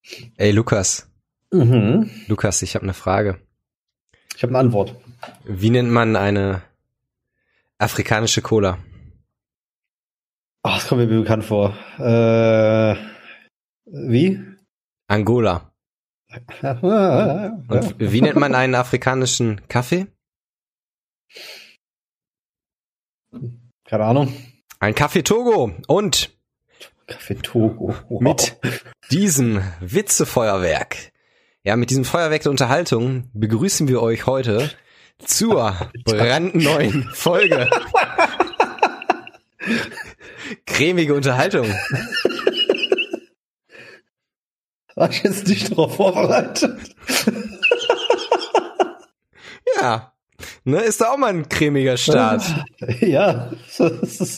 Ey, Lukas. Mhm. Lukas, ich habe eine Frage. Ich habe eine Antwort. Wie nennt man eine afrikanische Cola? Ach, das kommt mir bekannt vor. Wie? Angola. Und wie nennt man einen afrikanischen Kaffee? Keine Ahnung. Ein Kaffee Togo. Und Kaffee Togo. Wow. mit diesem Witzefeuerwerk, mit diesem Feuerwerk der Unterhaltung begrüßen wir euch heute zur brandneuen Folge. Cremige Unterhaltung. War ich jetzt nicht darauf vorbereitet? Ja, ne, ist da auch mal ein cremiger Start. Ja, das ist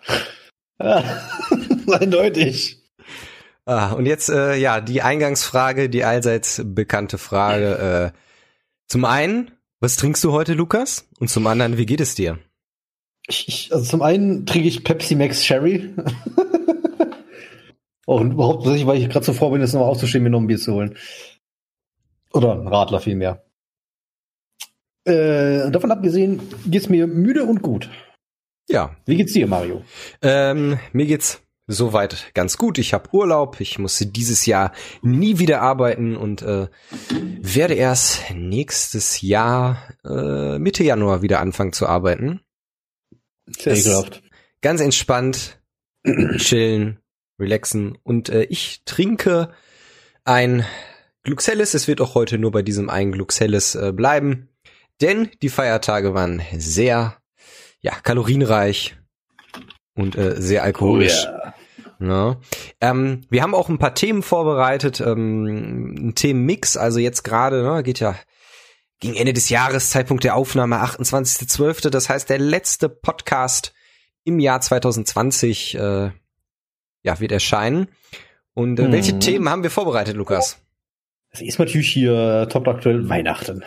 eindeutig. Und jetzt, die Eingangsfrage, die allseits bekannte Frage. Zum einen, was trinkst du heute, Lukas? Und zum anderen, wie geht es dir? Also zum einen trinke ich Pepsi Max Sherry. Und überhaupt, weil ich gerade so froh bin, jetzt nochmal aufzustehen, mir noch ein Bier zu holen. Oder ein Radler vielmehr. Davon abgesehen geht's mir müde und gut. Ja. Wie geht's dir, Mario? Mir geht's soweit ganz gut. Ich habe Urlaub. Ich musste dieses Jahr nie wieder arbeiten und werde erst nächstes Jahr Mitte Januar wieder anfangen zu arbeiten. Sehr ekelhaft. Ganz entspannt, chillen, relaxen. Und ich trinke ein Gluxelles. Es wird auch heute nur bei diesem einen Gluxelles bleiben. Denn die Feiertage waren sehr, kalorienreich und sehr alkoholisch. Oh, yeah. Ja. Wir haben auch ein paar Themen vorbereitet, ein Themenmix. Also jetzt gerade, geht ja gegen Ende des Jahres, Zeitpunkt der Aufnahme 28.12. Das heißt, der letzte Podcast im Jahr 2020 wird erscheinen. Und welche Themen haben wir vorbereitet, Lukas? Das ist natürlich hier top aktuell Weihnachten.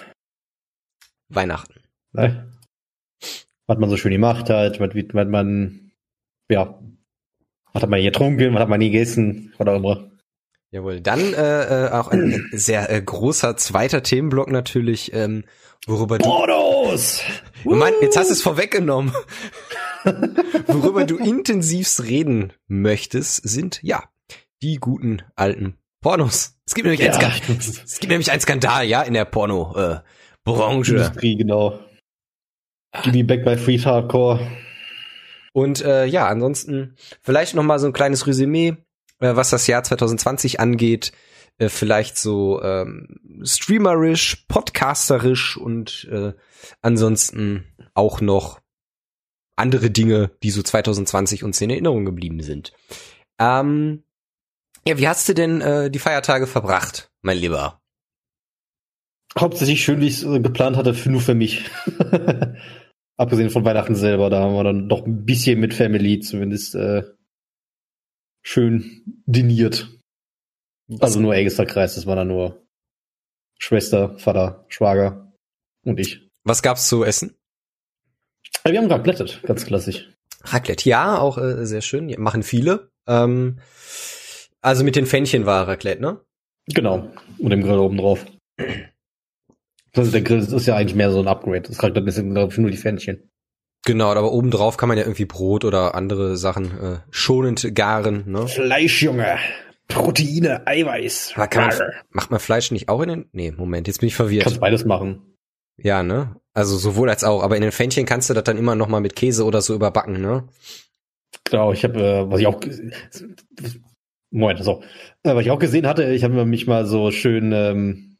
Ne? Was man so schön gemacht hat, was hat man getrunken, was hat man nie gegessen, was auch immer. Jawohl, dann auch ein sehr großer zweiter Themenblock natürlich, worüber du... Pornos! Mann, jetzt hast du es vorweggenommen. Worüber du intensivst reden möchtest, sind, die guten alten Pornos. Es gibt nämlich einen Skandal, in der Porno-Branche. Industrie, genau. Give me back by free hardcore. Und ansonsten vielleicht noch mal so ein kleines Resümee, was das Jahr 2020 angeht. Vielleicht so streamerisch, podcasterisch und ansonsten auch noch andere Dinge, die so 2020 uns in Erinnerung geblieben sind. Wie hast du denn die Feiertage verbracht, mein Lieber? Hauptsächlich schön, wie ich es geplant hatte, nur für mich. Abgesehen von Weihnachten selber, da haben wir dann doch ein bisschen mit Family zumindest schön diniert. Also nur engster Kreis, das war dann nur Schwester, Vater, Schwager und ich. Was gab's zu essen? Wir haben raclettet, ganz klassisch. Raclette, ja, auch sehr schön. Machen viele. Also mit den Pfännchen war Raclette, ne? Genau, und dem Grill oben drauf. Also der Grill ist ja eigentlich mehr so ein Upgrade. Das Raclette sind, glaube ich, nur die Pfännchen. Genau, aber obendrauf kann man ja irgendwie Brot oder andere Sachen schonend garen, ne? Fleisch, Junge. Proteine, Eiweiß. Macht man Fleisch nicht auch in den... Nee, Moment, jetzt bin ich verwirrt. Kannst beides machen. Ja, ne? Also sowohl als auch. Aber in den Pfännchen kannst du das dann immer noch mal mit Käse oder so überbacken, ne? Genau, ich habe, was ich auch gesehen hatte, ich habe mich mal so schön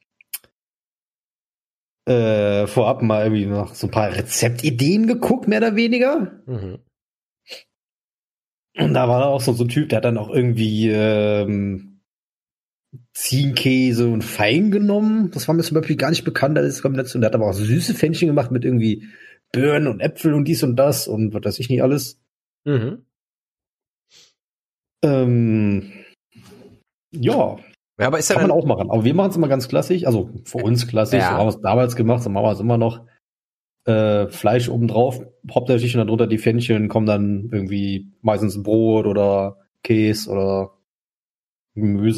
vorab mal irgendwie noch so ein paar Rezeptideen geguckt, mehr oder weniger. Mhm. Und da war auch so ein Typ, der hat dann auch irgendwie Ziegenkäse und Feigen genommen. Das war mir zum Beispiel gar nicht bekannt als Kombination. Der hat aber auch süße Pfännchen gemacht mit irgendwie Birnen und Äpfel und dies und das und was weiß ich nicht alles. Mhm. Ja, aber ist ja kann man auch machen. Aber wir machen es immer ganz klassisch. Also für uns klassisch. Ja. So haben wir es damals gemacht, so machen wir es immer noch. Fleisch obendrauf, hauptsächlich und darunter die Pfännchen, kommen dann irgendwie meistens Brot oder Käse oder Gemüse.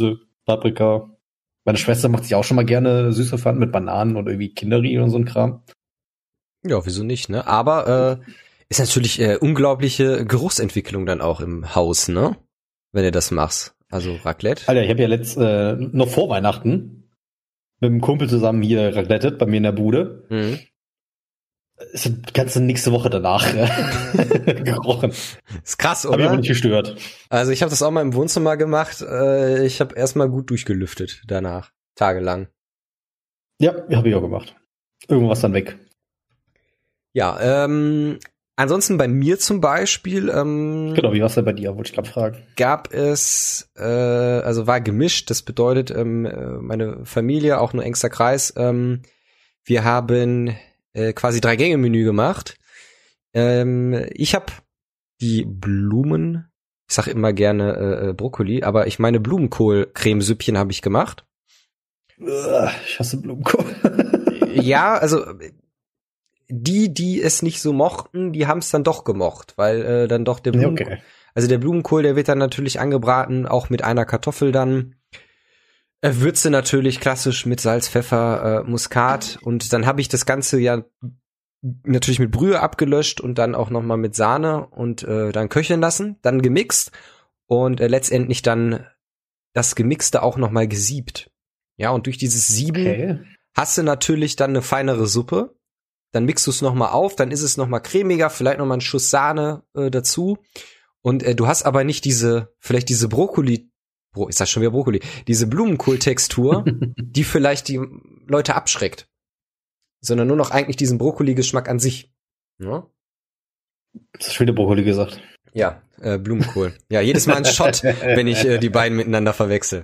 Paprika. Meine Schwester macht sich auch schon mal gerne süße Pfannen mit Bananen und irgendwie Kinderriegel und so ein Kram. Ja, wieso nicht, ne? Aber ist natürlich unglaubliche Geruchsentwicklung dann auch im Haus, ne? Wenn du das machst. Also Raclette. Alter, ich habe ja noch vor Weihnachten mit einem Kumpel zusammen hier raclettet bei mir in der Bude. Mhm. Ist die ganze nächste Woche danach gerochen. Ist krass, oder? Hab ich aber nicht gestört. Also ich habe das auch mal im Wohnzimmer gemacht. Ich habe erstmal gut durchgelüftet danach. Tagelang. Ja, habe ich auch gemacht. Irgendwas dann weg. Ja, ansonsten bei mir zum Beispiel Genau, wie war's denn bei dir? Wollte ich gerade fragen. gab es, also war gemischt. Das bedeutet, meine Familie, auch nur engster Kreis, wir haben quasi 3-Gänge-Menü gemacht. Ich habe die Blumen, ich sage immer gerne Brokkoli, aber ich meine Blumenkohl-Cremesüppchen habe ich gemacht. Ich hasse Blumenkohl. Ja, also die es nicht so mochten, die haben es dann doch gemocht, weil dann doch der Blumenkohl, Okay. also der Blumenkohl, der wird dann natürlich angebraten, auch mit einer Kartoffel dann. Würze natürlich klassisch mit Salz, Pfeffer, Muskat, und dann habe ich das Ganze ja natürlich mit Brühe abgelöscht und dann auch nochmal mit Sahne und dann köcheln lassen, dann gemixt und letztendlich dann das Gemixte auch nochmal gesiebt. Ja, und durch dieses Sieben hast du natürlich dann eine feinere Suppe. Dann mixt du es nochmal auf, dann ist es nochmal cremiger, vielleicht nochmal einen Schuss Sahne dazu. Und du hast aber nicht diese Brokkoli, ich sag schon wieder Brokkoli, diese Blumenkohl-Textur, die vielleicht die Leute abschreckt. Sondern nur noch eigentlich diesen Brokkoli-Geschmack an sich. Ja? Das ist schon wieder Brokkoli gesagt. Ja, Blumenkohl. Ja, jedes Mal ein Shot, wenn ich die beiden miteinander verwechsel.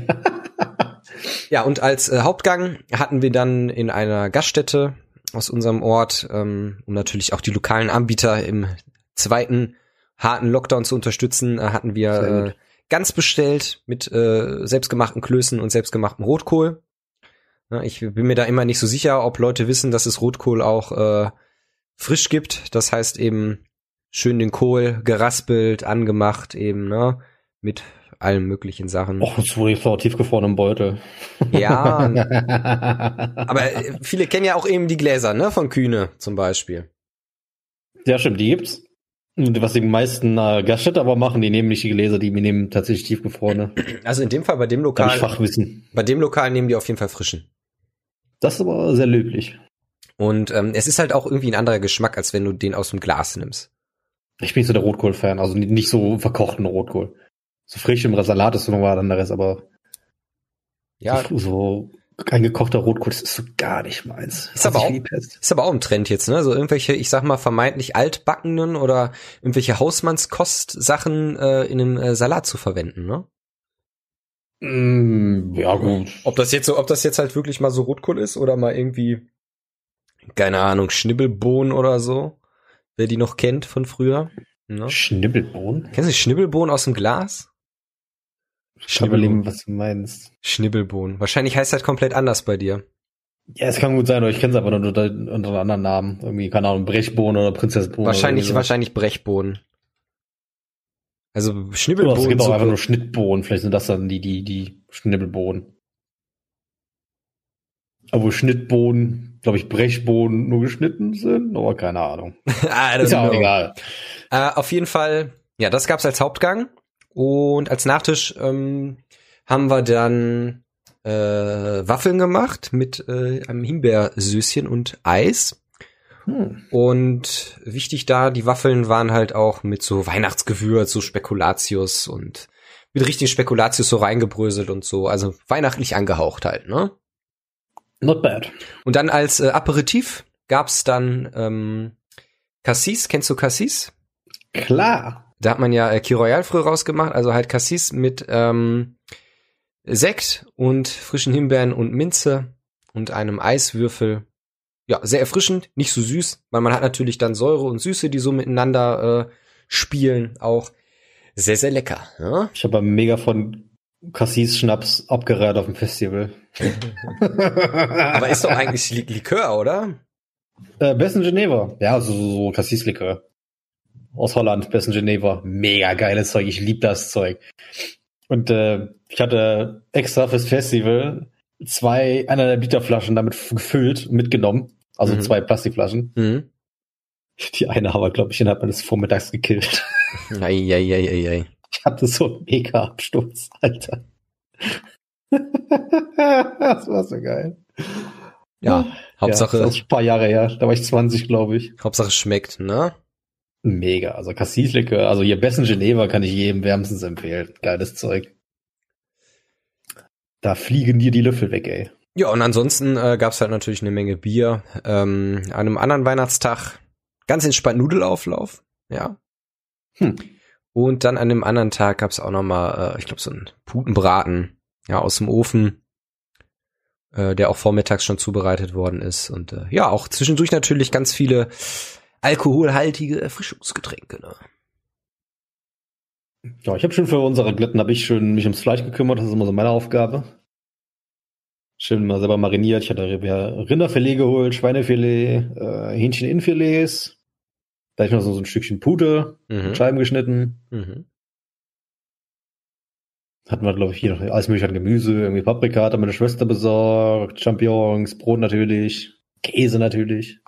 Ja, und als Hauptgang hatten wir dann in einer Gaststätte aus unserem Ort, um natürlich auch die lokalen Anbieter im zweiten harten Lockdown zu unterstützen, hatten wir Gans bestellt mit selbstgemachten Klößen und selbstgemachtem Rotkohl. Ja, ich bin mir da immer nicht so sicher, ob Leute wissen, dass es Rotkohl auch frisch gibt. Das heißt eben schön den Kohl geraspelt, angemacht eben, ne, mit allen möglichen Sachen. Och, das wurde jetzt auch tiefgefroren im Beutel. Ja, aber viele kennen ja auch eben die Gläser, ne, von Kühne zum Beispiel. Ja, stimmt, die gibt's. Und was die meisten Gaststätte aber machen, die nehmen nicht die Gläser, die nehmen tatsächlich tiefgefrorene. Also in dem Fall bei dem Da hab ich Lokal, Fachwissen. bei dem Lokal nehmen die auf jeden Fall frischen. Das ist aber sehr löblich. Und es ist halt auch irgendwie ein anderer Geschmack, als wenn du den aus dem Glas nimmst. Ich bin nicht so der Rotkohl-Fan, also nicht so verkochten Rotkohl. So frisch im Salat ist so noch was anderes, aber Ja, so eingekochter Rotkohl, das ist so gar nicht meins. Ist aber auch im Trend jetzt, ne? So irgendwelche, ich sag mal, vermeintlich altbackenen oder irgendwelche Hausmannskost-Sachen in einem Salat zu verwenden, ne? Ja, gut. Ob das jetzt halt wirklich mal so Rotkohl ist oder mal irgendwie, keine Ahnung, Schnibbelbohnen oder so, wer die noch kennt von früher. Ne? Schnibbelbohnen? Kennst du Schnibbelbohnen aus dem Glas? Ich kann überlegen, was du meinst. Schnibbelbohnen. Wahrscheinlich heißt das komplett anders bei dir. Ja, es kann gut sein, aber ich kenne es aber nur unter einem anderen Namen. Irgendwie, keine Ahnung, Brechbohnen oder Prinzessbohnen. Wahrscheinlich Brechbohnen. Also Oder es Schnibbelbohnen. gibt auch einfach nur Schnittbohnen. Vielleicht sind das dann die Schnibbelbohnen. Obwohl Schnittbohnen, glaube ich, Brechbohnen nur geschnitten sind, aber keine Ahnung. Ist ja auch egal. Auf jeden Fall, ja, das gab's als Hauptgang. Und als Nachtisch haben wir dann Waffeln gemacht mit einem Himbeersüßchen und Eis. Und wichtig da, die Waffeln waren halt auch mit so Weihnachtsgewürz, so Spekulatius und mit richtigen Spekulatius so reingebröselt und so. Also weihnachtlich angehaucht halt, ne? Not bad. Und dann als Aperitif gab's dann Cassis. Kennst du Cassis? Klar. Da hat man ja Key Royal früher rausgemacht, also halt Cassis mit Sekt und frischen Himbeeren und Minze und einem Eiswürfel. Ja, sehr erfrischend, nicht so süß, weil man hat natürlich dann Säure und Süße, die so miteinander spielen, auch sehr, sehr lecker. Ja? Ich habe mega von Cassis Schnaps abgereiht auf dem Festival. Aber ist doch eigentlich Likör, oder? Besten Geneva. Ja, so Cassis Likör. Aus Holland, Besten Geneva. Mega geiles Zeug. Ich liebe das Zeug. Und Ich hatte extra fürs Festival 2 1,5 Liter Flaschen damit gefüllt, mitgenommen. Also 2 Plastikflaschen. Mhm. Die eine habe ich, glaube ich, innerhalb eines Vormittags gekillt. Ei. Ich hatte so einen mega Absturz, Alter. Das war so geil. Ja, Hauptsache. Ja, das ist ein paar Jahre her. Da war ich 20, glaube ich. Hauptsache schmeckt, ne? Mega. Also Cassis-Likör, also hier Bessen Geneva kann ich jedem wärmstens empfehlen. Geiles Zeug. Da fliegen dir die Löffel weg, ey. Ja, und ansonsten gab's halt natürlich eine Menge Bier. An einem anderen Weihnachtstag ganz entspannt Nudelauflauf, ja. Und dann an einem anderen Tag gab's auch nochmal, ich glaube, so einen Putenbraten, ja, aus dem Ofen, der auch vormittags schon zubereitet worden ist. Und ja, auch zwischendurch natürlich ganz viele alkoholhaltige Erfrischungsgetränke, ne? Ja, ich habe schon für unsere Glätten mich ums Fleisch gekümmert. Das ist immer so meine Aufgabe. Schön mal selber mariniert. Ich hatte Rinderfilet geholt, Schweinefilet, Hähncheninnenfilets. Da habe ich noch so ein Stückchen Pute, Scheiben geschnitten. Hatten wir, glaube ich, hier noch alles mögliche an Gemüse, irgendwie Paprika hat meine Schwester besorgt, Champignons, Brot natürlich, Käse natürlich.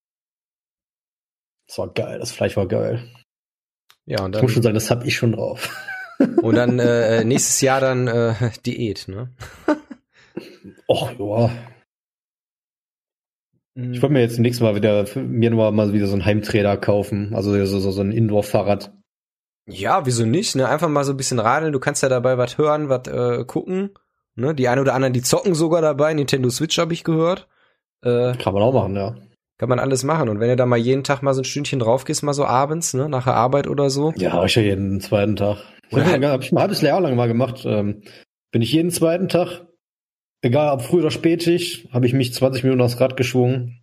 Das war geil, das Fleisch war geil. Ja, und dann, ich muss schon sagen, das hab ich schon drauf. Und dann nächstes Jahr dann Diät, ne? Och, ja. Ich wollte mir jetzt nächstes Mal wieder wieder so einen Heimtrainer kaufen, also so ein Indoor-Fahrrad. Ja, wieso nicht, ne? Einfach mal so ein bisschen radeln, du kannst ja dabei was hören, was gucken, ne? Die einen oder anderen, die zocken sogar dabei, Nintendo Switch habe ich gehört. Kann man auch machen, ja. Kann man alles machen. Und wenn du da mal jeden Tag mal so ein Stündchen drauf gehst, mal so abends, ne, nach der Arbeit oder so. Ja, ich ja jeden zweiten Tag. Hab ich ein halbes Jahr lang mal gemacht. Bin ich jeden zweiten Tag, egal ob früh oder spätig, habe ich mich 20 Minuten aufs Rad geschwungen.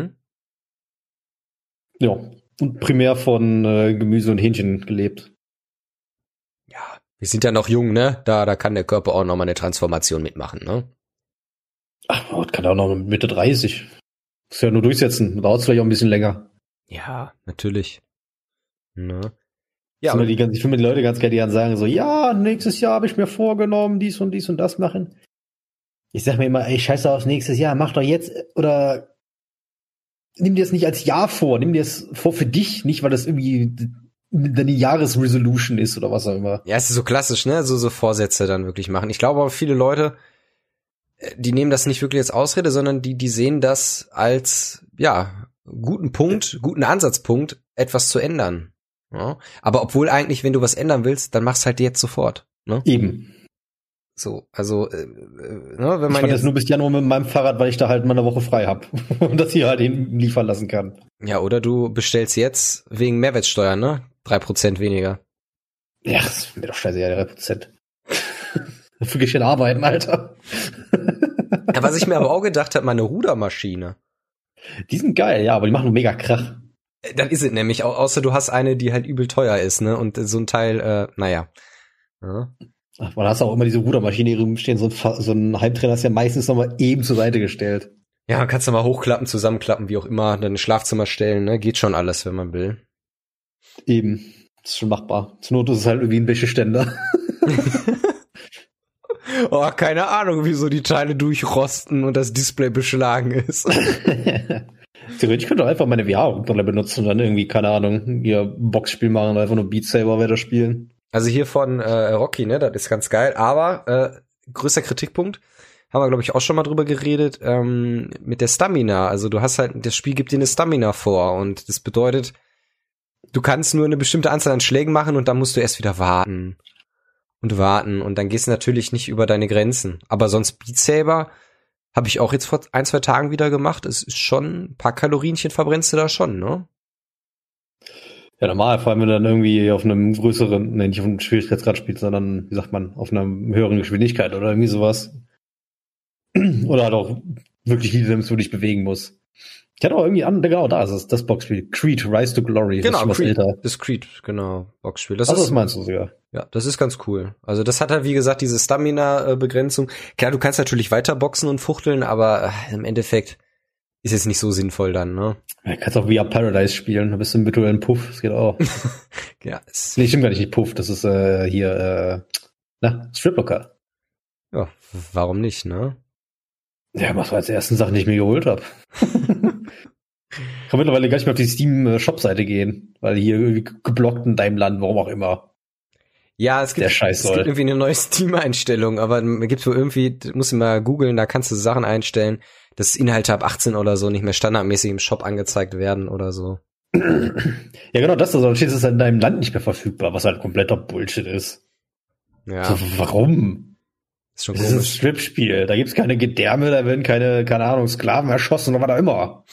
Ja, und primär von Gemüse und Hähnchen gelebt. Ja, wir sind ja noch jung, ne? Da kann der Körper auch noch mal eine Transformation mitmachen, ne? Ach, das kann auch noch Mitte 30. Muss ja nur durchsetzen. Dauert vielleicht auch ein bisschen länger. Ja, natürlich. Ne? Ja, ich finde die Leute ganz gerne, die dann sagen so, ja, nächstes Jahr habe ich mir vorgenommen, dies und das machen. Ich sag mir immer, ey, scheiße aufs nächstes Jahr, mach doch jetzt, oder nimm dir das nicht als Jahr vor, nimm dir das vor für dich, nicht weil das irgendwie deine Jahresresolution ist oder was auch immer. Ja, es ist so klassisch, ne, so Vorsätze dann wirklich machen. Ich glaube aber viele Leute, die nehmen das nicht wirklich als Ausrede, sondern die sehen das als, ja, guten Ansatzpunkt, etwas zu ändern. Ja? Aber obwohl eigentlich, wenn du was ändern willst, dann mach's halt jetzt sofort. Ne? Eben. So, also, ne, wenn man ich fand jetzt nur bis Januar mit meinem Fahrrad, weil ich da halt mal eine Woche frei habe und das hier halt hinten liefern lassen kann. Ja, oder du bestellst jetzt wegen Mehrwertsteuer, ne? 3% weniger. Ja, das ist mir doch scheiße, ja, 3%. Dafür geh ich in arbeiten, Alter. Ja, was ich mir aber auch gedacht habe, meine Rudermaschine. Die sind geil, ja, aber die machen nur mega Krach. Dann ist es nämlich, außer du hast eine, die halt übel teuer ist, ne? Und so ein Teil, naja. Ja. Ach, man hast auch immer diese Rudermaschine hier rumstehen, so ein Heimtrainer ist ja meistens nochmal eben zur Seite gestellt. Ja, kannst du mal hochklappen, zusammenklappen, wie auch immer, dann ein Schlafzimmer stellen, ne? Geht schon alles, wenn man will. Eben. Das ist schon machbar. Zur Not ist es halt irgendwie ein Wäscheständer. Oh, keine Ahnung, wieso die Teile durchrosten und das Display beschlagen ist. Theoretisch könnte ich einfach meine VR-Brille benutzen und dann irgendwie, keine Ahnung, ihr Boxspiel machen und einfach nur Beat Saber weiter spielen. Also hier von Rocky, ne, das ist ganz geil, aber größter Kritikpunkt, haben wir, glaube ich, auch schon mal drüber geredet, mit der Stamina. Also du hast halt, das Spiel gibt dir eine Stamina vor und das bedeutet, du kannst nur eine bestimmte Anzahl an Schlägen machen und dann musst du erst wieder warten und dann gehst du natürlich nicht über deine Grenzen. Aber sonst Beat Saber habe ich auch jetzt vor 1-2 Tagen wieder gemacht. Es ist schon, ein paar Kalorienchen verbrennst du da schon, ne? Ja, normal, vor allem wenn du dann irgendwie auf einem größeren, nicht auf einem Schwierigkeitsgrad spielst, sondern, wie sagt man, auf einer höheren Geschwindigkeit oder irgendwie sowas. Oder halt auch wirklich Lieder, damit du dich bewegen musst. Ich hatte auch irgendwie genau, da ist es, das Boxspiel. Creed, Rise to Glory. Genau, das ist Creed. Das Creed, genau, Boxspiel. Das meinst du sogar. Ja, das ist ganz cool. Also das hat halt, wie gesagt, diese Stamina-Begrenzung. Klar, du kannst natürlich weiter boxen und fuchteln, aber im Endeffekt ist es nicht so sinnvoll dann, ne? Ja, kannst auch VR Paradise spielen, da bist du im virtuellen Puff, das geht auch. Ja. Nee, stimmt gar nicht Puff, das ist Striplocker. Ja, warum nicht, ne? Ja, was war als ersten Sachen, die ich mir geholt habe. Kann mittlerweile gar nicht mehr auf die Steam-Shop-Seite gehen, weil hier irgendwie geblockt in deinem Land, warum auch immer. Ja, es gibt irgendwie eine neue Steam-Einstellung, aber gibt's wohl irgendwie, musst du mal googeln, da kannst du Sachen einstellen, dass Inhalte ab 18 oder so nicht mehr standardmäßig im Shop angezeigt werden oder so. Ja, genau, das, dann steht es in deinem Land nicht mehr verfügbar, was halt kompletter Bullshit ist. Ja. So, warum? Ist schon das komisch. ist ein Strip-Spiel, da gibt's keine Gedärme, da werden keine Ahnung, Sklaven erschossen oder was auch immer.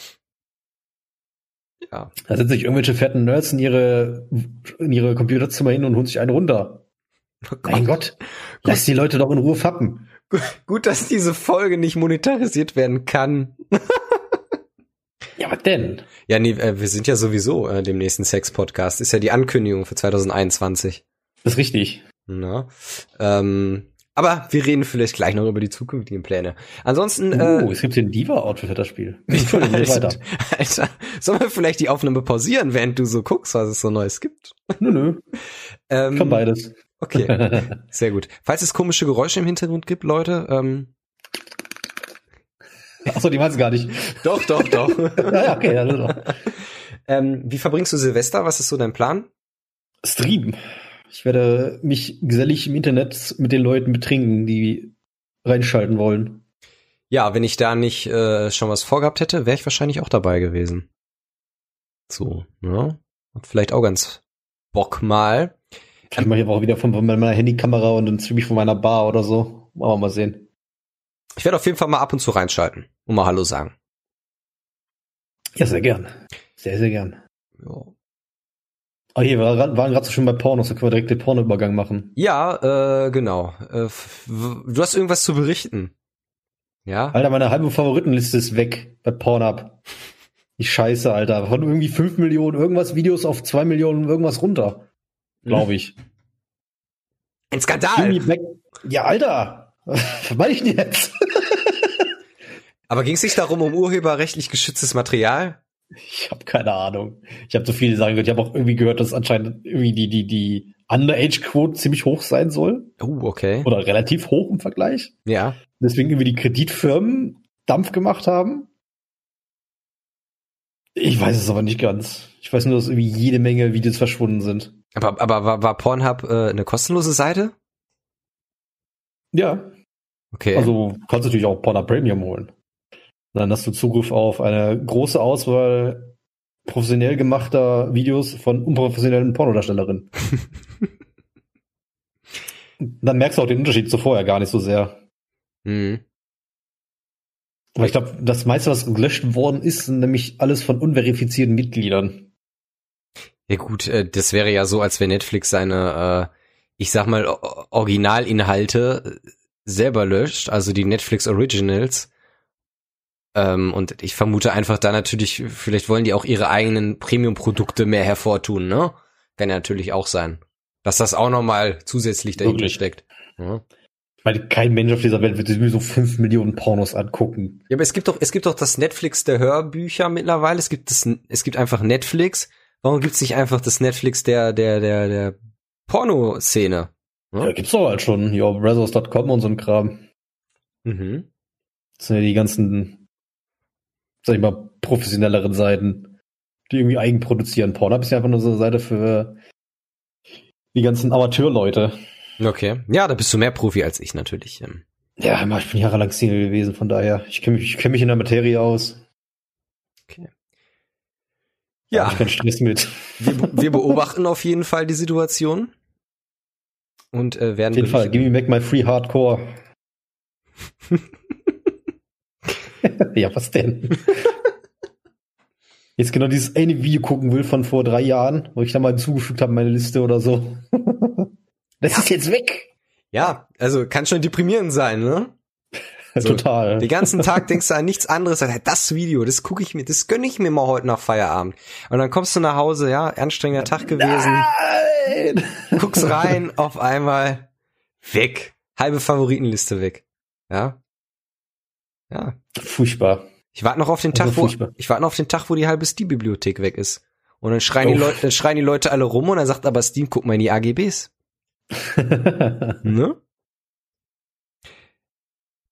Ja. Da sitzen sich irgendwelche fetten Nerds in ihre Computerzimmer hin und holen sich einen runter. Oh Gott. Mein Gott, lass die Leute doch in Ruhe fappen. Gut, dass diese Folge nicht monetarisiert werden kann. Ja, was denn? Ja, nee, wir sind ja sowieso dem nächsten Sex-Podcast. Ist ja die Ankündigung für 2021. Das ist richtig. Na, aber wir reden vielleicht gleich noch über die zukünftigen Pläne. Ansonsten. Es gibt hier ein Diva-Outfit für das Spiel. Alter, sollen wir vielleicht die Aufnahme pausieren, während du so guckst, was es so Neues gibt? Nö. Kann beides. Okay, sehr gut. Falls es komische Geräusche im Hintergrund gibt, Leute. Achso, die meinst du gar nicht. Doch. Ja, okay, also. Wie verbringst du Silvester? Was ist so dein Plan? Stream. Ich werde mich gesellig im Internet mit den Leuten betrinken, die reinschalten wollen. Ja, wenn ich da nicht schon was vorgehabt hätte, wäre ich wahrscheinlich auch dabei gewesen. So, ne? Hat vielleicht auch ganz Bock mal. Ich mache auch wieder von meiner Handykamera und dann stream ich von meiner Bar oder so. Wollen wir mal sehen. Ich werde auf jeden Fall mal ab und zu reinschalten und mal Hallo sagen. Ja, sehr gern. Sehr, sehr gern. Jo. Oh, hier, wir waren gerade so schon bei Pornos, da können wir direkt den Pornoübergang machen. Ja, genau. Du hast irgendwas zu berichten. Ja? Alter, meine halbe Favoritenliste ist weg bei Pornhub. Die Scheiße, Alter. Von irgendwie 5 Millionen irgendwas Videos auf 2 Millionen irgendwas runter. Glaube ich. Ein Skandal! Ja, Alter! Was meine ich denn jetzt? Aber ging es nicht darum, um urheberrechtlich geschütztes Material? Ich habe keine Ahnung. Ich habe so viele Sachen gehört. Ich habe auch irgendwie gehört, dass anscheinend irgendwie die Underage-Quote ziemlich hoch sein soll. Okay. Oder relativ hoch im Vergleich. Ja. Deswegen irgendwie die Kreditfirmen Dampf gemacht haben. Ich weiß es aber nicht ganz. Ich weiß nur, dass irgendwie jede Menge Videos verschwunden sind. Aber war Pornhub eine kostenlose Seite? Ja. Okay. Also kannst du natürlich auch Pornhub Premium holen. Dann hast du Zugriff auf eine große Auswahl professionell gemachter Videos von unprofessionellen Pornodarstellerinnen. Dann merkst du auch den Unterschied zu vorher gar nicht so sehr. Mhm. Aber ich glaube, das meiste, was gelöscht worden ist, sind nämlich alles von unverifizierten Mitgliedern. Ja gut, das wäre ja so, als wenn Netflix seine, ich sag mal, Originalinhalte selber löscht, also die Netflix Originals. Und ich vermute einfach da natürlich, vielleicht wollen die auch ihre eigenen Premium-Produkte mehr hervortun, ne? Kann ja natürlich auch sein. Dass das auch nochmal zusätzlich dahinter steckt. Ja. Ich meine, kein Mensch auf dieser Welt wird sich so 5 Millionen Pornos angucken. Ja, aber es gibt doch das Netflix der Hörbücher mittlerweile. Es gibt einfach Netflix. Warum gibt's nicht einfach das Netflix der Pornoszene? Ja, gibt's doch halt schon. Ja, Brazos.com und so ein Kram. Mhm. Das sind ja die ganzen, sag ich mal, professionelleren Seiten, die irgendwie eigenproduzieren. Pornhub ist ja einfach nur so eine Seite für die ganzen Amateurleute. Okay. Ja, da bist du mehr Profi als ich natürlich. Ja, ich bin jahrelang Single gewesen, von daher. Ich kenn mich in der Materie aus. Okay. Ja. Ich keinen Stress mit. Wir beobachten auf jeden Fall die Situation. Und werden auf jeden Fall, give me back my free hardcore. Ja, was denn? Jetzt genau dieses eine Video gucken will von vor 3 Jahren, wo ich da mal hinzugefügt habe, meine Liste oder so. Das ist jetzt weg. Ja, also kann schon deprimierend sein, ne? So, total. Den ganzen Tag denkst du an nichts anderes. Das Video, das gönne ich mir mal heute nach Feierabend. Und dann kommst du nach Hause, ja, anstrengender Tag gewesen. Nein! Guckst rein, auf einmal weg. Halbe Favoritenliste weg. Ja. Ja. Furchtbar. Ich warte noch auf den Tag, wo die halbe Steam-Bibliothek weg ist. Und dann schreien die Leute alle rum und dann sagt aber Steam, guck mal in die AGBs. Ne?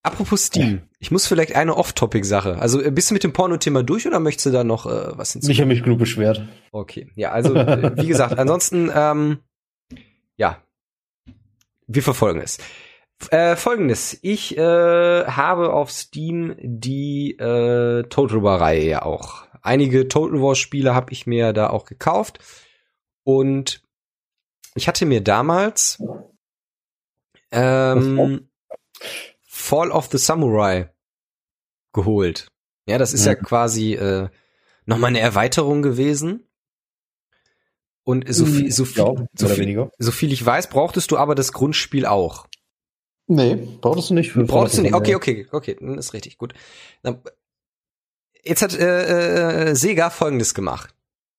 Apropos Steam, ich muss vielleicht eine Off-Topic-Sache. Also bist du mit dem Porno-Thema durch oder möchtest du da noch was hinzufügen? Ich habe mich genug beschwert. Okay, ja, also wie gesagt, ansonsten, ja, wir verfolgen es. Folgendes, ich habe auf Steam die Total War-Reihe ja auch. Einige Total War-Spiele habe ich mir da auch gekauft. Und ich hatte mir damals Fall of the Samurai geholt. Ja, das ist ja quasi nochmal eine Erweiterung gewesen. Und so viel ich weiß, brauchtest du aber das Grundspiel auch. Nee, brauchtest du nicht. Brauchtest du nicht? Okay, dann ist richtig, gut. Jetzt hat Sega Folgendes gemacht.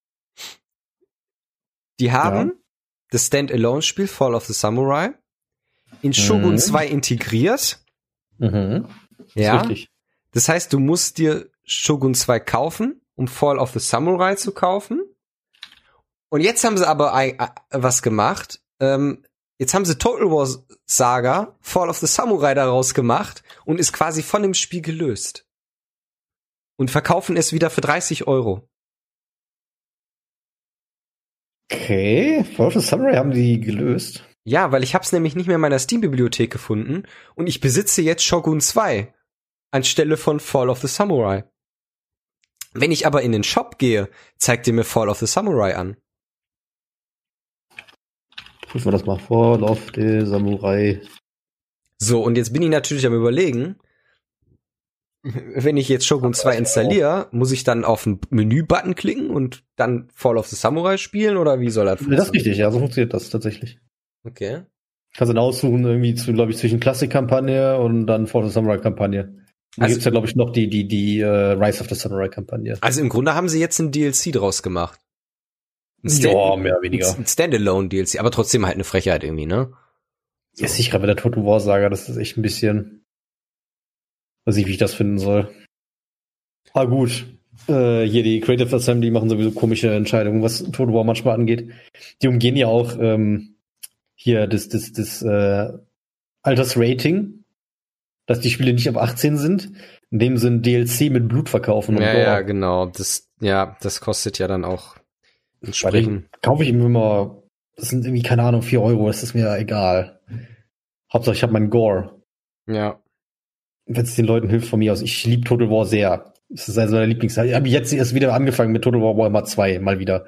Die haben das Stand-Alone-Spiel Fall of the Samurai in Shogun 2 integriert. Ja. Ist richtig. Das heißt, du musst dir Shogun 2 kaufen, um Fall of the Samurai zu kaufen. Und jetzt haben sie aber was gemacht. Jetzt haben sie Total War Saga Fall of the Samurai daraus gemacht und ist quasi von dem Spiel gelöst. Und verkaufen es wieder für 30 €. Okay, Fall of the Samurai haben die gelöst. Ja, weil ich hab's nämlich nicht mehr in meiner Steam-Bibliothek gefunden und ich besitze jetzt Shogun 2 anstelle von Fall of the Samurai. Wenn ich aber in den Shop gehe, zeigt ihr mir Fall of the Samurai an. Prüfen wir das mal. Fall of the Samurai. So, und jetzt bin ich natürlich am Überlegen, wenn ich jetzt Shogun 2 installiere, muss ich dann auf den Menü-Button klicken und dann Fall of the Samurai spielen oder wie soll das funktionieren? Das ist richtig, ja, so funktioniert das tatsächlich. Okay. Kannst dann aussuchen, irgendwie glaube ich, zwischen Classic-Kampagne und dann Fall of the Samurai-Kampagne. Da gibt's ja, glaube ich, noch die Rise of the Samurai-Kampagne. Also im Grunde haben sie jetzt ein DLC draus gemacht. Ja, mehr oder weniger. Ein Standalone-DLC, aber trotzdem halt eine Frechheit irgendwie, ne? So. Ja, sicher, bei der Total War Saga, das ist echt ein bisschen, weiß ich, wie ich das finden soll. Ah, gut. Hier die Creative Assembly machen sowieso komische Entscheidungen, was Total War manchmal angeht. Die umgehen ja auch hier das Altersrating, dass die Spiele nicht ab 18 sind, indem sie ein DLC mit Blut verkaufen. Und ja, genau. Das kostet ja dann auch entsprechend. Kaufe ich ihm immer, das sind irgendwie, keine Ahnung, 4 €, das ist mir egal. Hauptsache, ich habe meinen Gore. Ja. Wenn es den Leuten hilft, von mir aus. Ich liebe Total War sehr. Das ist also meine Lieblingsteil. Ich habe jetzt erst wieder angefangen mit Total War Warhammer 2, mal wieder.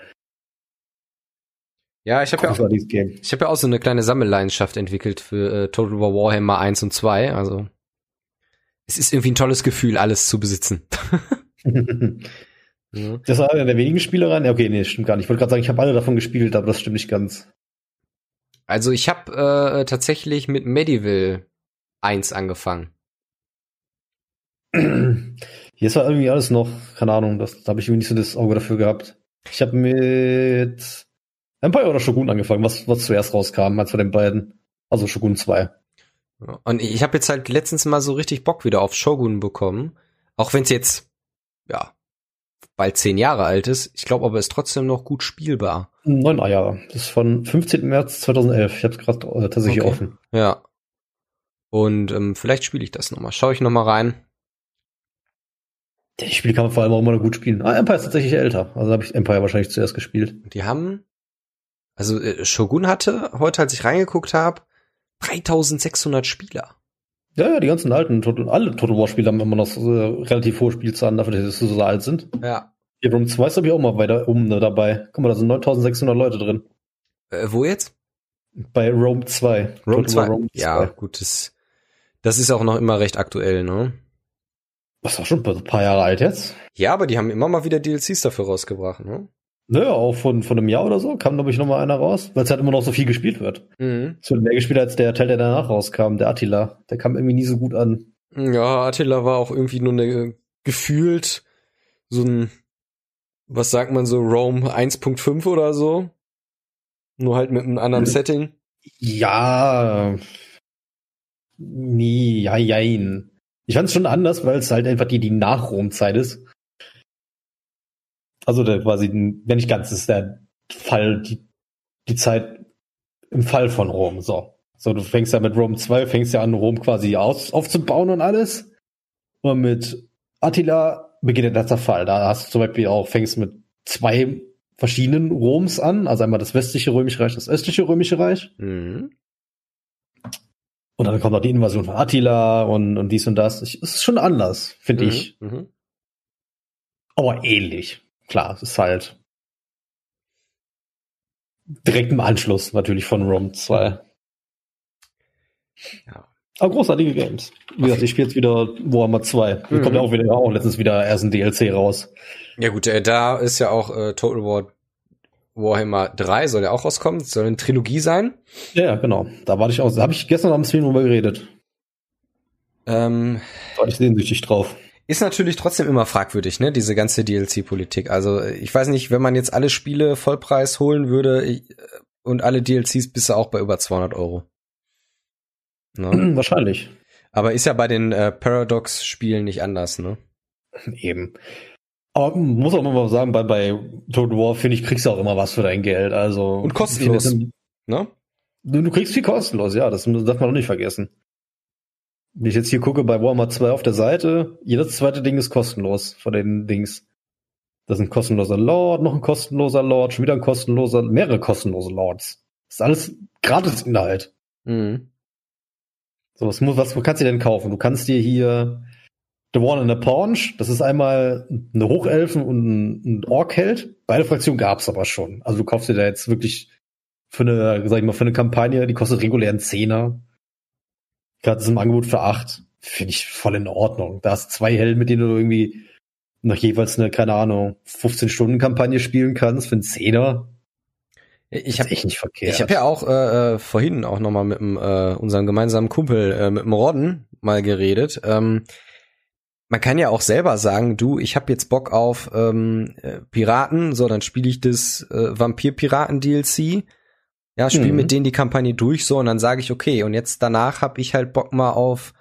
Ja, ich habe ja auch so eine kleine Sammelleidenschaft entwickelt für Total War Warhammer 1 und 2. Also es ist irgendwie ein tolles Gefühl, alles zu besitzen. Ja. Das war einer der wenigen Spielereien. Okay, nee, stimmt gar nicht. Ich wollte gerade sagen, ich habe alle davon gespielt, aber das stimmt nicht ganz. Also ich habe tatsächlich mit Medieval 1 angefangen. Hier ist ja irgendwie alles noch, keine Ahnung, da habe ich irgendwie nicht so das Auge dafür gehabt. Ich habe mit Empire oder Shogun angefangen, was zuerst rauskam, als von den beiden. Also Shogun 2. Und ich habe jetzt halt letztens mal so richtig Bock wieder auf Shogun bekommen. Auch wenn es jetzt, ja, bald 10 Jahre alt ist. Ich glaube aber, ist trotzdem noch gut spielbar. 9 Jahre. Das ist von 15. März 2011. Ich habe es gerade tatsächlich offen. Ja. Und vielleicht spiele ich das nochmal. Schaue ich nochmal rein. Die Spiele kann man vor allem auch immer noch gut spielen. Empire ist tatsächlich älter. Also habe ich Empire wahrscheinlich zuerst gespielt. Die haben, also Shogun hatte, heute als ich reingeguckt habe, 3600 Spieler. Ja, die ganzen alten, alle Total War Spiele haben immer noch relativ hohe Spielzahlen dafür, dass sie so alt sind. Ja. Hier Rome 2 ist glaube ich auch mal weiter oben dabei. Guck mal, da sind 9600 Leute drin. Wo jetzt? Bei Rome 2. Rome 2. Ja, gut, das ist auch noch immer recht aktuell, ne? Das ist doch schon ein paar Jahre alt jetzt. Ja, aber die haben immer mal wieder DLCs dafür rausgebracht, ne? Naja, auch von einem Jahr oder so kam, glaube ich, noch mal einer raus, weil es halt immer noch so viel gespielt wird. Mhm. Es wird mehr gespielt als der Teil, der danach rauskam, der Attila. Der kam irgendwie nie so gut an. Ja, Attila war auch irgendwie nur gefühlt so ein, was sagt man so, Rome 1.5 oder so. Nur halt mit einem anderen Setting. Ja. Nee, jein. Ich fand es schon anders, weil es halt einfach die Nach-Rom-Zeit ist. Also der quasi, wenn nicht ganz, ist der Fall, die Zeit im Fall von Rom. So So, du fängst ja mit Rome 2, fängst ja an, Rom quasi aufzubauen und alles. Und mit Attila beginnt der Zerfall. Da hast du zum Beispiel auch, fängst mit 2 verschiedenen Roms an. Also einmal das westliche Römische Reich, das östliche Römische Reich. Mhm. Und dann kommt noch die Invasion von Attila und dies und das. Es ist schon anders, finde ich. Mhm. Aber ähnlich. Klar, es ist halt direkt im Anschluss natürlich von Rome 2. Ja. Aber großartige Games. Wie gesagt, ich spiele jetzt wieder Warhammer 2. Da kommt ja auch letztens wieder erst ein DLC raus. Ja gut, da ist ja auch Total War Warhammer 3 soll ja auch rauskommen. Soll eine Trilogie sein. Ja, genau. Da warte ich auch. Da habe ich gestern am Stream drüber geredet. Da war ich sehnsüchtig drauf. Ist natürlich trotzdem immer fragwürdig, ne, diese ganze DLC-Politik. Also ich weiß nicht, wenn man jetzt alle Spiele Vollpreis holen würde und alle DLCs, bist du auch bei über 200 Euro. Ne? Wahrscheinlich. Aber ist ja bei den Paradox-Spielen nicht anders, ne? Eben. Aber muss auch mal sagen, bei Total War, finde ich, kriegst du auch immer was für dein Geld. Also und kostenlos, ne? Du kriegst viel kostenlos, ja, das darf man auch nicht vergessen. Wenn ich jetzt hier gucke bei Warhammer 2 auf der Seite, jedes zweite Ding ist kostenlos von den Dings. Das ist ein kostenloser Lord, noch ein kostenloser Lord, schon wieder ein kostenloser, mehrere kostenlose Lords. Das ist alles Gratis-Inhalt. Mhm. So, was kannst du denn kaufen? Du kannst dir hier The One and the Paunch, das ist einmal eine Hochelfen und ein Ork-Held. Beide Fraktionen gab's aber schon. Also du kaufst dir da jetzt wirklich für eine Kampagne, die kostet regulär einen Zehner. Gerade ist im Angebot für 8. Finde ich voll in Ordnung. Da hast 2 Helden, mit denen du irgendwie noch jeweils eine, keine Ahnung, 15-Stunden-Kampagne spielen kannst für einen Zehner. Ich habe echt nicht verkehrt. Ich habe ja auch vorhin auch nochmal mit unserem gemeinsamen Kumpel, mit dem Rodden, mal geredet. Man kann ja auch selber sagen, du, ich habe jetzt Bock auf Piraten, so, dann spiele ich das Vampir-Piraten-DLC. Ja, spiel mit denen die Kampagne durch, so, und dann sage ich, okay, und jetzt danach habe ich halt Bock mal auf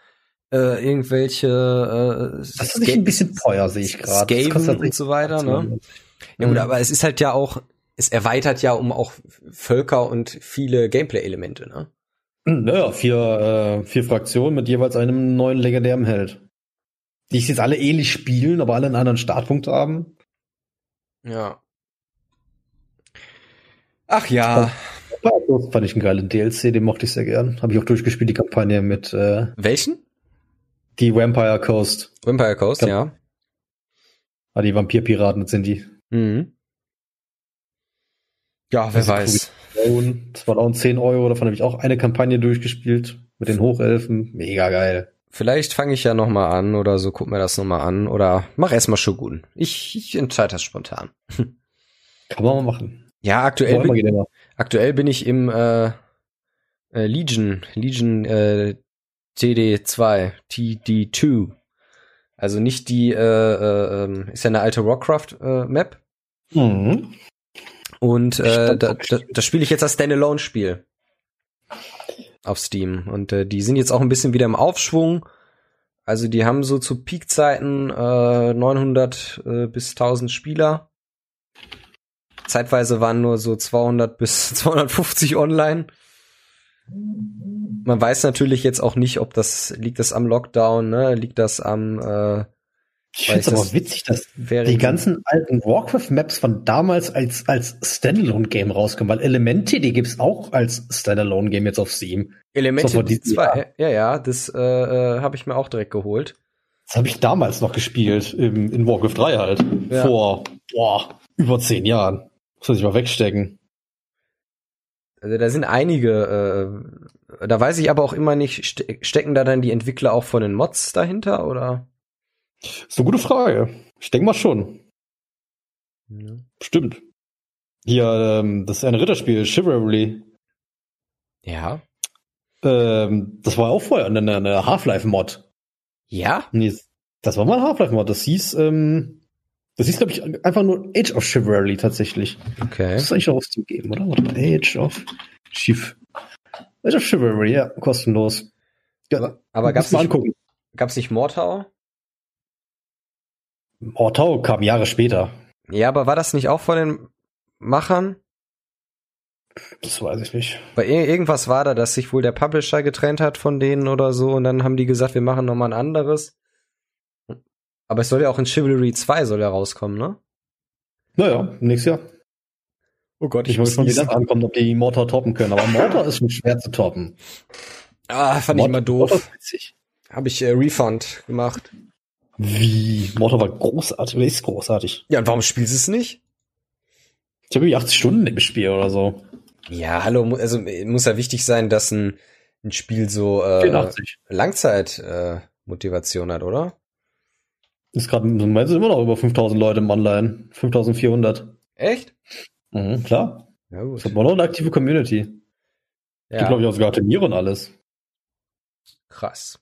irgendwelche das ist nicht ein bisschen teuer, sehe ich gerade. Skaven und so weiter, ne? Ja gut, aber es ist halt ja auch, es erweitert ja um auch Völker und viele Gameplay-Elemente, ne? Naja, 4 Fraktionen mit jeweils einem neuen legendären Held. Die jetzt alle ähnlich spielen, aber alle einen anderen Startpunkt haben. Ja. Ach ja. Das fand ich einen geilen DLC, den mochte ich sehr gern. Habe ich auch durchgespielt, die Kampagne mit welchen? Die Vampire Coast. Vampire Coast, ja. Ah, die Vampirpiraten sind die. Mhm. Ja, wer weiß. Das war auch 10 Euro, davon habe ich auch eine Kampagne durchgespielt mit den Hochelfen. Mega geil. Vielleicht fange ich ja noch mal an oder so, guck mir das noch mal an oder mach erst mal Shogun. Ich entscheide das spontan. Kann man mal machen. Ja, aktuell bin ich im Legion TD2. Also nicht die ist ja eine alte Warcraft Map. Mhm. Und das spiele ich jetzt als Standalone-Spiel auf Steam. Und die sind jetzt auch ein bisschen wieder im Aufschwung. Also die haben so zu Peak-Zeiten 900 bis 1000 Spieler. Zeitweise waren nur so 200 bis 250 online. Man weiß natürlich jetzt auch nicht, ob liegt das am Lockdown, ne? Liegt das am ich finde es aber witzig, dass die ganzen alten Warcraft-Maps von damals als Standalone-Game rauskommen, weil Elemente, die gibt's auch als Standalone-Game jetzt auf Steam. Elemente 2, ja, das habe ich mir auch direkt geholt. Das habe ich damals noch gespielt, in Warcraft 3 halt. Ja. Vor über 10 Jahren. Muss ich mal wegstecken. Also da sind einige, da weiß ich aber auch immer nicht, stecken da dann die Entwickler auch von den Mods dahinter, oder? Das ist eine gute Frage. Ich denke mal schon. Ja. Stimmt. Hier, das ist ein Ritterspiel, Chivalry. Ja. Das war auch vorher eine Half-Life-Mod. Ja? Nee, das war mal ein Half-Life-Mod. Das hieß, glaube ich, einfach nur Age of Chivalry tatsächlich. Okay. Das ist eigentlich auch auf Steam geben, oder? Warte mal, Age of Chivalry, ja, kostenlos. Ja, aber gab's nicht Mordhau? Mordhau kam Jahre später. Ja, aber war das nicht auch von den Machern? Das weiß ich nicht. Weil irgendwas war da, dass sich wohl der Publisher getrennt hat von denen oder so und dann haben die gesagt, wir machen nochmal ein anderes. Aber es soll ja auch in Chivalry 2 soll ja rauskommen, ne? Naja, nächstes Jahr. Oh Gott, Ich weiß schon, wie das ankommt, ob die Mortar toppen können. Aber Mortar ist schon schwer zu toppen. Fand ich immer doof. Mortar ist witzig. Habe ich Refund gemacht. Wie? Mortar war großartig, oder ist großartig. Ja, und warum spielst du es nicht? Ich habe 80 Stunden im Spiel oder so. Ja, hallo, also muss ja wichtig sein, dass ein Spiel so 84. Langzeit-Motivation hat, oder? Ist gerade meinst du immer noch über 5000 Leute im Online. 5400. Echt? Mhm, klar. Ja, gut. Das hat man noch eine aktive Community. Ja. Gibt, glaube ich, auch sogar Turniere und alles. Krass.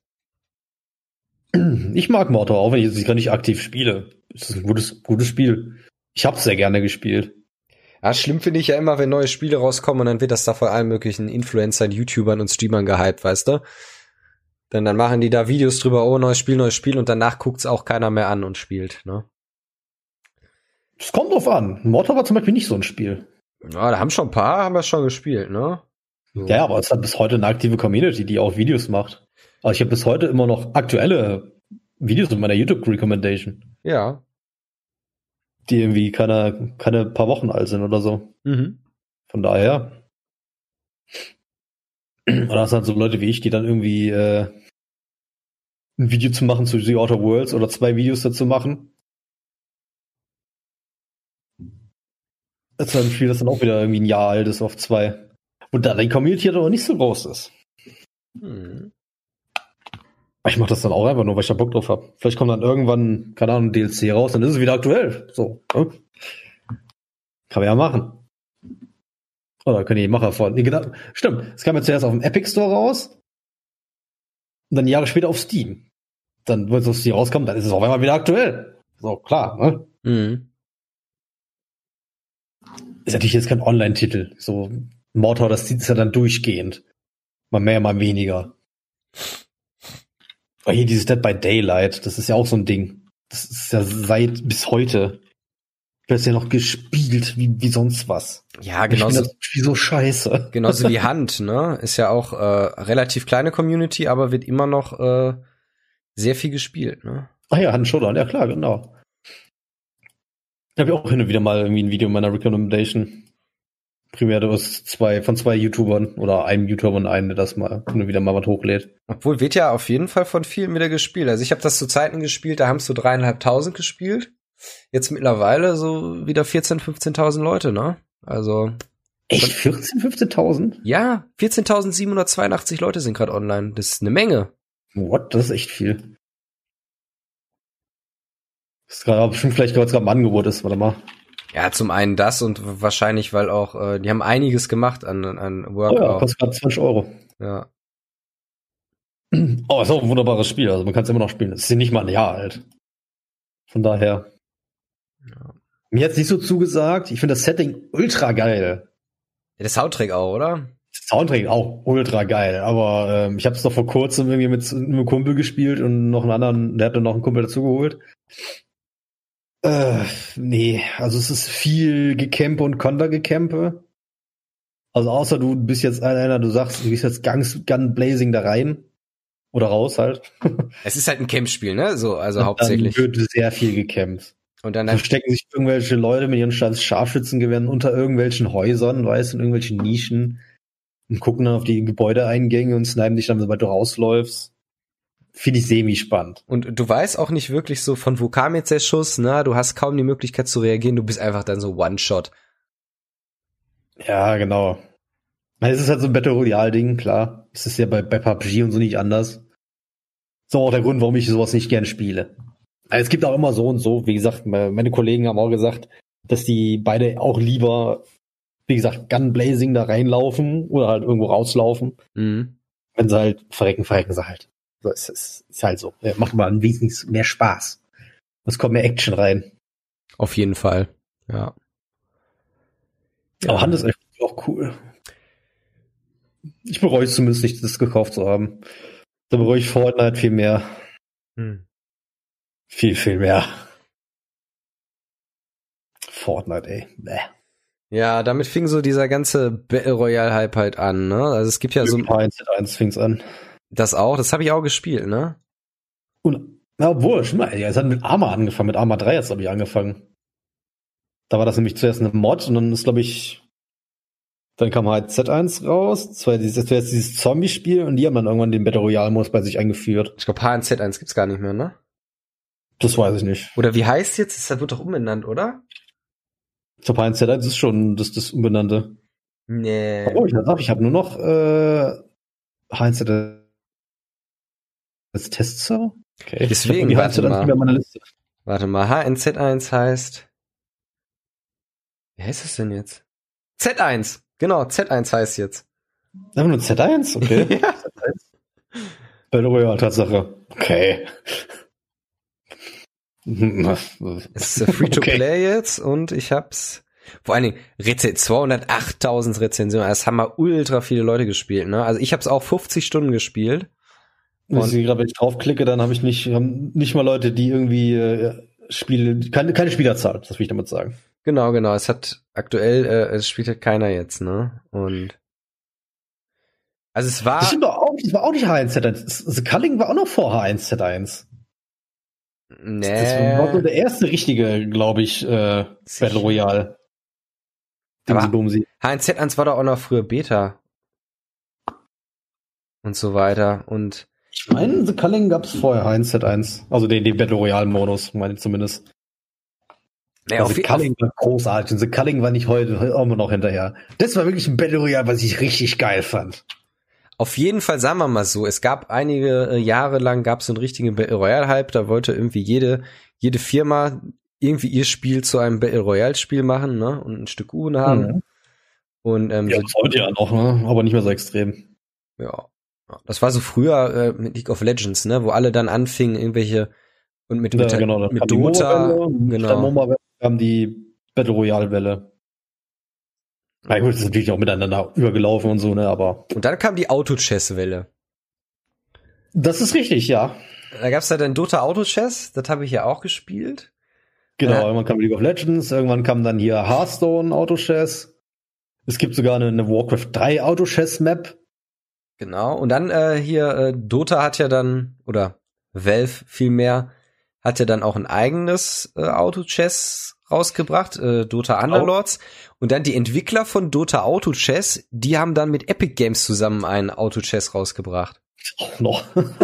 Ich mag Mortar, auch wenn ich es gar nicht aktiv spiele. Es ist ein gutes Spiel. Ich habe es sehr gerne gespielt. Ja, schlimm finde ich ja immer, wenn neue Spiele rauskommen und dann wird das da von allen möglichen Influencern, YouTubern und Streamern gehypt, weißt du? Denn dann machen die da Videos drüber, oh, neues Spiel und danach guckt's auch keiner mehr an und spielt, ne? Es kommt drauf an. Mortar war zum Beispiel nicht so ein Spiel. Ja, da haben schon ein paar, haben wir schon gespielt, ne? So. Ja, aber es hat bis heute eine aktive Community, die auch Videos macht. Also ich habe bis heute immer noch aktuelle Videos in meiner YouTube-Recommendation. Ja. Die irgendwie keine paar Wochen alt sind oder so. Mhm. Von daher. Oder das sind so Leute wie ich, die dann irgendwie ein Video zu machen zu The Outer Worlds oder 2 Videos dazu machen. Das ist ein Spiel, das dann auch wieder irgendwie ein Jahr alt ist auf 2. Und da die Community halt aber nicht so groß ist. Mhm. Ich mache das dann auch einfach nur, weil ich da Bock drauf habe. Vielleicht kommt dann irgendwann, keine Ahnung, DLC raus, dann ist es wieder aktuell. So. Ne? Kann man ja machen. Oder können die Macher von. Stimmt, es kam jetzt zuerst auf dem Epic Store raus. Und dann Jahre später auf Steam. Dann, wenn es auf Steam rauskommt, dann ist es auf einmal wieder aktuell. So, klar, ne? Mhm. Ist natürlich jetzt kein Online-Titel. So, Mortar, das zieht es ja dann durchgehend. Mal mehr, mal weniger. Aber hier dieses Dead by Daylight, das ist ja auch so ein Ding. Das ist ja seit bis heute. Wird ja noch gespielt wie sonst was. Ja, genauso. Das Spiel so scheiße. Genauso wie Hand, ne? Ist ja auch relativ kleine Community, aber wird immer noch sehr viel gespielt, ne? Ach ja, Hand Showdown, ja klar, genau. Ich habe ja auch hin und wieder mal irgendwie ein Video in meiner Recommendation. Primär aus von zwei YouTubern oder einem YouTuber und einem, der das mal hin und wieder mal was hochlädt. Obwohl wird ja auf jeden Fall von vielen wieder gespielt. Also ich habe das zu Zeiten gespielt, da haben es so 3.500 gespielt. Jetzt mittlerweile so wieder 14.000, 15.000 Leute, ne? Also echt 14.000, 15.000? Ja, 14.782 Leute sind gerade online. Das ist eine Menge. What? Das ist echt viel. Das ist gerade bestimmt vielleicht gerade im Angebot ist, warte mal. Ja, zum einen das und wahrscheinlich, weil auch, die haben einiges gemacht an Work. Oh ja, kostet gerade 20 Euro. Ja. Oh, ist auch ein wunderbares Spiel. Also man kann es immer noch spielen. Es ist nicht mal ein Jahr alt. Von daher. Ja. Mir hat's nicht so zugesagt. Ich finde das Setting ultra geil. Ja, der Soundtrack auch, oder? Das Soundtrack auch ultra geil. Aber ich habe es doch vor kurzem irgendwie mit einem Kumpel gespielt und noch einen anderen, der hatte noch einen Kumpel dazugeholt. Nee, also es ist viel Gecampe und Kontergecampe. Also außer du bist jetzt einer, du sagst, du gehst jetzt Gun Blazing da rein. Oder raus halt. Es ist halt ein Campspiel, ne? So, also und hauptsächlich. Dann wird sehr viel gekämpft. Und dann verstecken sich irgendwelche Leute mit ihren Scharfschützengewehren unter irgendwelchen Häusern, weißt du, in irgendwelchen Nischen und gucken dann auf die Gebäudeeingänge und snipen dich dann, sobald du rausläufst. Finde ich semi-spannend. Und du weißt auch nicht wirklich so, von wo kam jetzt der Schuss, ne? Du hast kaum die Möglichkeit zu reagieren, du bist einfach dann so One-Shot. Ja, genau. Es ist halt so ein Battle Royale-Ding, klar. Es ist ja bei PUBG und so nicht anders. So auch der Grund, warum ich sowas nicht gern spiele. Also es gibt auch immer so und so. Wie gesagt, meine Kollegen haben auch gesagt, dass die beide auch lieber, wie gesagt, Gun Blazing da reinlaufen oder halt irgendwo rauslaufen. Mhm. Wenn sie halt verrecken sie halt. So, ist halt so. Ja, macht mal ein wesentlich mehr Spaß. Es kommt mehr Action rein. Auf jeden Fall, ja. Aber Hand ist echt auch cool. Ich bereue es zumindest nicht, das gekauft zu haben. Da bereue ich Fortnite viel mehr. Viel, viel mehr. Fortnite, ey. Bäh. Ja, damit fing so dieser ganze Battle Royale Hype halt an, ne? Also es gibt ja so H1Z1 fing's an. das habe ich auch gespielt, ne? Und, na, obwohl, schon mal, ja, es hat mit Arma angefangen, mit Arma 3 hat's, glaube ich, angefangen. Da war das nämlich zuerst eine Mod und dann ist, glaube ich, dann kam halt Z1 raus, das war dieses Zombie-Spiel und die haben dann irgendwann den Battle Royale-Modus bei sich eingeführt. Ich glaube HNZ1 gibt's gar nicht mehr, ne? Das weiß ich nicht. Oder wie heißt jetzt? Das wird doch umbenannt, oder? Ich glaube, H1Z1 ist schon das Umbenannte. Nee. Oh, ich habe nur noch H1Z1 als Testserver. Okay. Deswegen, warte mal, HNZ1 heißt, wie heißt das denn jetzt? Z1, genau, Z1 heißt jetzt. Einfach nur Z1? Okay. Ja. Z1. Battle Royale, Tatsache. Okay. Es ist Free-to-Play jetzt und ich hab's, vor allen Dingen 208.000 Rezensionen, das haben mal ultra viele Leute gespielt, ne? Also ich hab's auch 50 Stunden gespielt. Wenn ich draufklicke, dann haben nicht mal Leute, die irgendwie Spiele, keine Spielerzahl, das will ich damit sagen. Genau, es hat aktuell, es spielt halt keiner jetzt, ne? Und also es war. Das stimmt doch auch, das war auch nicht H1Z1. The Culling war auch noch vor H1Z1. Nee. Das war so der erste richtige, glaube ich, Battle Royale. Aber H1Z1 war doch auch noch früher Beta. Und so weiter. Und ich meine, The Culling gab's vorher, H1Z1. Also den Battle Royale-Modus, meine ich zumindest. naja, The Culling war großartig. Und The Culling war nicht heute immer noch hinterher. Das war wirklich ein Battle Royale, was ich richtig geil fand. Auf jeden Fall, sagen wir mal so, es gab einige Jahre lang gab es so einen richtigen Battle Royale Hype, da wollte irgendwie jede Firma irgendwie ihr Spiel zu einem Battle Royale Spiel machen, ne, und ein Stück Kuchen haben. Mhm. Und ja, das heute ja noch, ne, aber nicht mehr so extrem. Ja, das war so früher mit League of Legends, ne, wo alle dann anfingen irgendwelche und mit Dota, Dann kam die Battle Royale Welle. Na gut, das ist natürlich auch miteinander übergelaufen und so, ne, aber. Und dann kam die Auto-Chess-Welle. Das ist richtig, ja. Da gab's ja dann Dota Auto-Chess, das habe ich ja auch gespielt. Genau, irgendwann kam League of Legends, irgendwann kam dann hier Hearthstone Auto-Chess. Es gibt sogar eine Warcraft 3 Auto-Chess-Map. Genau, und dann Dota hat ja dann, oder Valve vielmehr, hat ja dann auch ein eigenes Auto-Chess rausgebracht, Dota Underlords. Und dann die Entwickler von Dota Auto Chess, die haben dann mit Epic Games zusammen einen Auto Chess rausgebracht. Auch noch.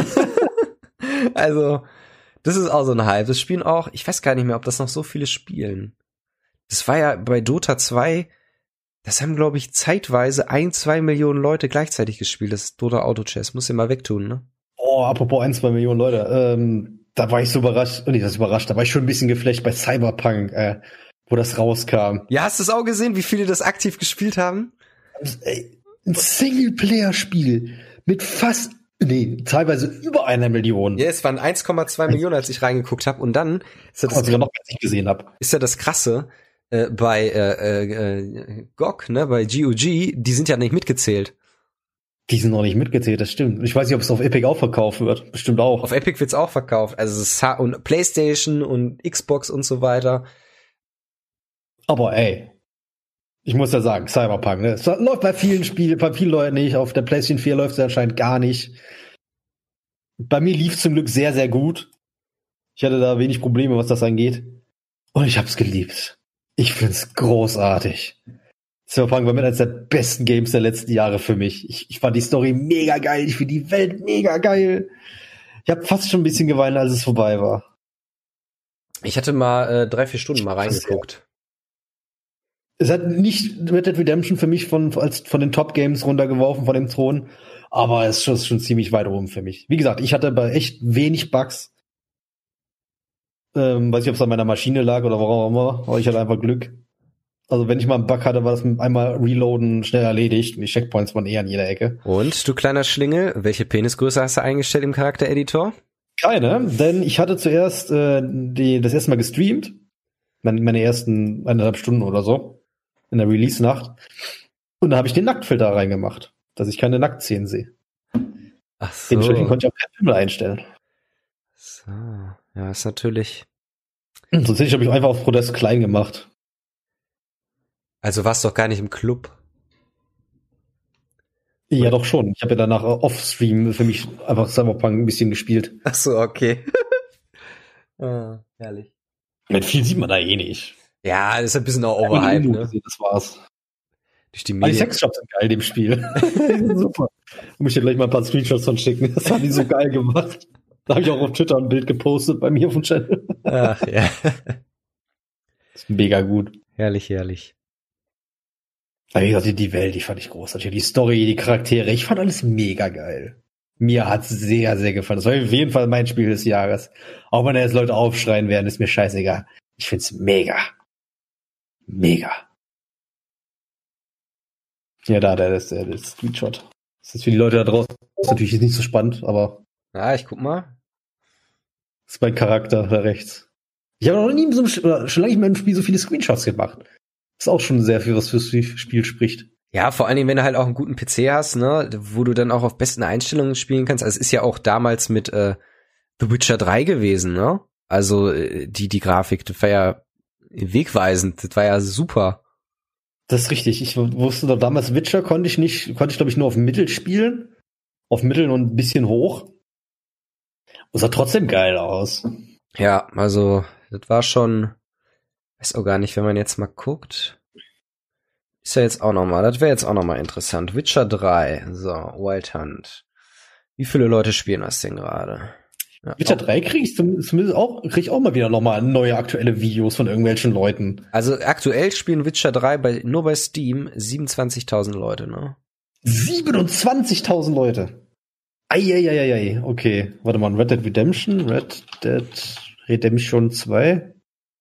Also, das ist auch so ein Hype. Das spielen auch, ich weiß gar nicht mehr, ob das noch so viele spielen. Das war ja bei Dota 2, das haben, glaube ich, zeitweise 1-2 Millionen Leute gleichzeitig gespielt, das Dota Auto Chess. Muss ich mal wegtun, ne? Oh, apropos 1-2 Millionen Leute. Da war ich so überrascht, da war ich schon ein bisschen geflasht bei Cyberpunk, wo das rauskam. Ja, hast du es auch gesehen, wie viele das aktiv gespielt haben? Ein Singleplayer-Spiel mit teilweise über 1 Million. Ja, es waren 1,2 Millionen, als ich reingeguckt habe. Und dann ist ja das, noch, als ich gesehen habe. Ist ja das Krasse, bei GOG, ne, bei GOG, die sind ja nicht mitgezählt. Die sind noch nicht mitgezählt, das stimmt. Ich weiß nicht, ob es auf Epic auch verkauft wird. Bestimmt auch. Auf Epic wird's auch verkauft. Also und PlayStation und Xbox und so weiter. Aber ey, ich muss ja sagen, Cyberpunk, ne? Es läuft bei vielen Spielen, bei vielen Leuten nicht. Auf der PlayStation 4 läuft es anscheinend gar nicht. Bei mir lief es zum Glück sehr, sehr gut. Ich hatte da wenig Probleme, was das angeht. Und ich hab's geliebt. Ich find's großartig. Cyberpunk war mit eines der besten Games der letzten Jahre für mich. Ich fand die Story mega geil. Ich finde die Welt mega geil. Ich habe fast schon ein bisschen geweint, als es vorbei war. Ich hatte mal 3-4 Stunden mal reingeguckt. Es hat nicht Red Dead Redemption für mich von den Top-Games runtergeworfen von dem Thron, aber es ist schon ziemlich weit oben für mich. Wie gesagt, ich hatte bei echt wenig Bugs. Weiß nicht, ob es an meiner Maschine lag oder warum auch immer, aber ich hatte einfach Glück. Also wenn ich mal einen Bug hatte, war das mit einmal Reloaden schnell erledigt. Und die Checkpoints waren eher an jeder Ecke. Und, du kleiner Schlingel, welche Penisgröße hast du eingestellt im Charaktereditor? Keine, denn ich hatte zuerst das erste Mal gestreamt. Meine ersten 1,5 Stunden oder so. In der Release-Nacht. Und da habe ich den Nacktfilter reingemacht, dass ich keine Nacktszenen sehe. Ach so. Dementsprechend konnte ich auch keinen Pimmel einstellen. So, ja, ist natürlich... Sonst hätte ich, glaube ich, einfach auf Protest klein gemacht. Also warst du doch gar nicht im Club. Ja, doch schon. Ich habe ja danach off-stream für mich einfach Cyberpunk ein bisschen gespielt. Ach so, okay. Herrlich. Mit viel sieht man da eh nicht. Ja, das ist ein bisschen auch overhyped, ne? Gesehen, das war's. Durch die Die Medien. Sexshops sind geil in dem Spiel. Die sind super. Muss ich dir gleich mal ein paar Screenshots von schicken. Das haben die so geil gemacht. Da habe ich auch auf Twitter ein Bild gepostet bei mir auf dem Channel. Ach ja. Das ist mega gut. Herrlich, herrlich. Aber wie gesagt, die Welt, die fand ich großartig. Die Story, die Charaktere, ich fand alles mega geil. Mir hat's sehr, sehr gefallen. Das war auf jeden Fall mein Spiel des Jahres. Auch wenn da jetzt Leute aufschreien werden, ist mir scheißegal. Ich find's mega. Mega. Ja, der Screenshot. Das ist für die Leute da draußen natürlich nicht so spannend, aber Ja, ich guck mal. das ist mein Charakter da rechts. Ich habe noch nie in so einem, oder schon lange nicht mehr im Spiel so viele Screenshots gemacht. Das ist auch schon sehr viel, was fürs Spiel spricht. Ja, vor allen Dingen, wenn du halt auch einen guten PC hast, ne, wo du dann auch auf besten Einstellungen spielen kannst. Also es ist ja auch damals mit The Witcher 3 gewesen, ne? Also die Grafik, das war ja wegweisend, das war ja super. Das ist richtig. Ich wusste doch damals, Witcher konnte ich glaube ich nur auf Mittel spielen. Auf Mittel und ein bisschen hoch. Und sah trotzdem geil aus. Ja, also das war schon, weiß auch gar nicht, wenn man jetzt mal guckt. Ist ja jetzt auch nochmal, das wäre jetzt auch nochmal interessant. Witcher 3, so, Wild Hunt. Wie viele Leute spielen das denn gerade? Ja, Witcher 3 krieg ich auch mal wieder nochmal neue aktuelle Videos von irgendwelchen Leuten. Also aktuell spielen Witcher 3 nur bei Steam 27.000 Leute, ne? 27.000 Leute. Eieieiei. Okay, warte mal, Red Dead Redemption 2.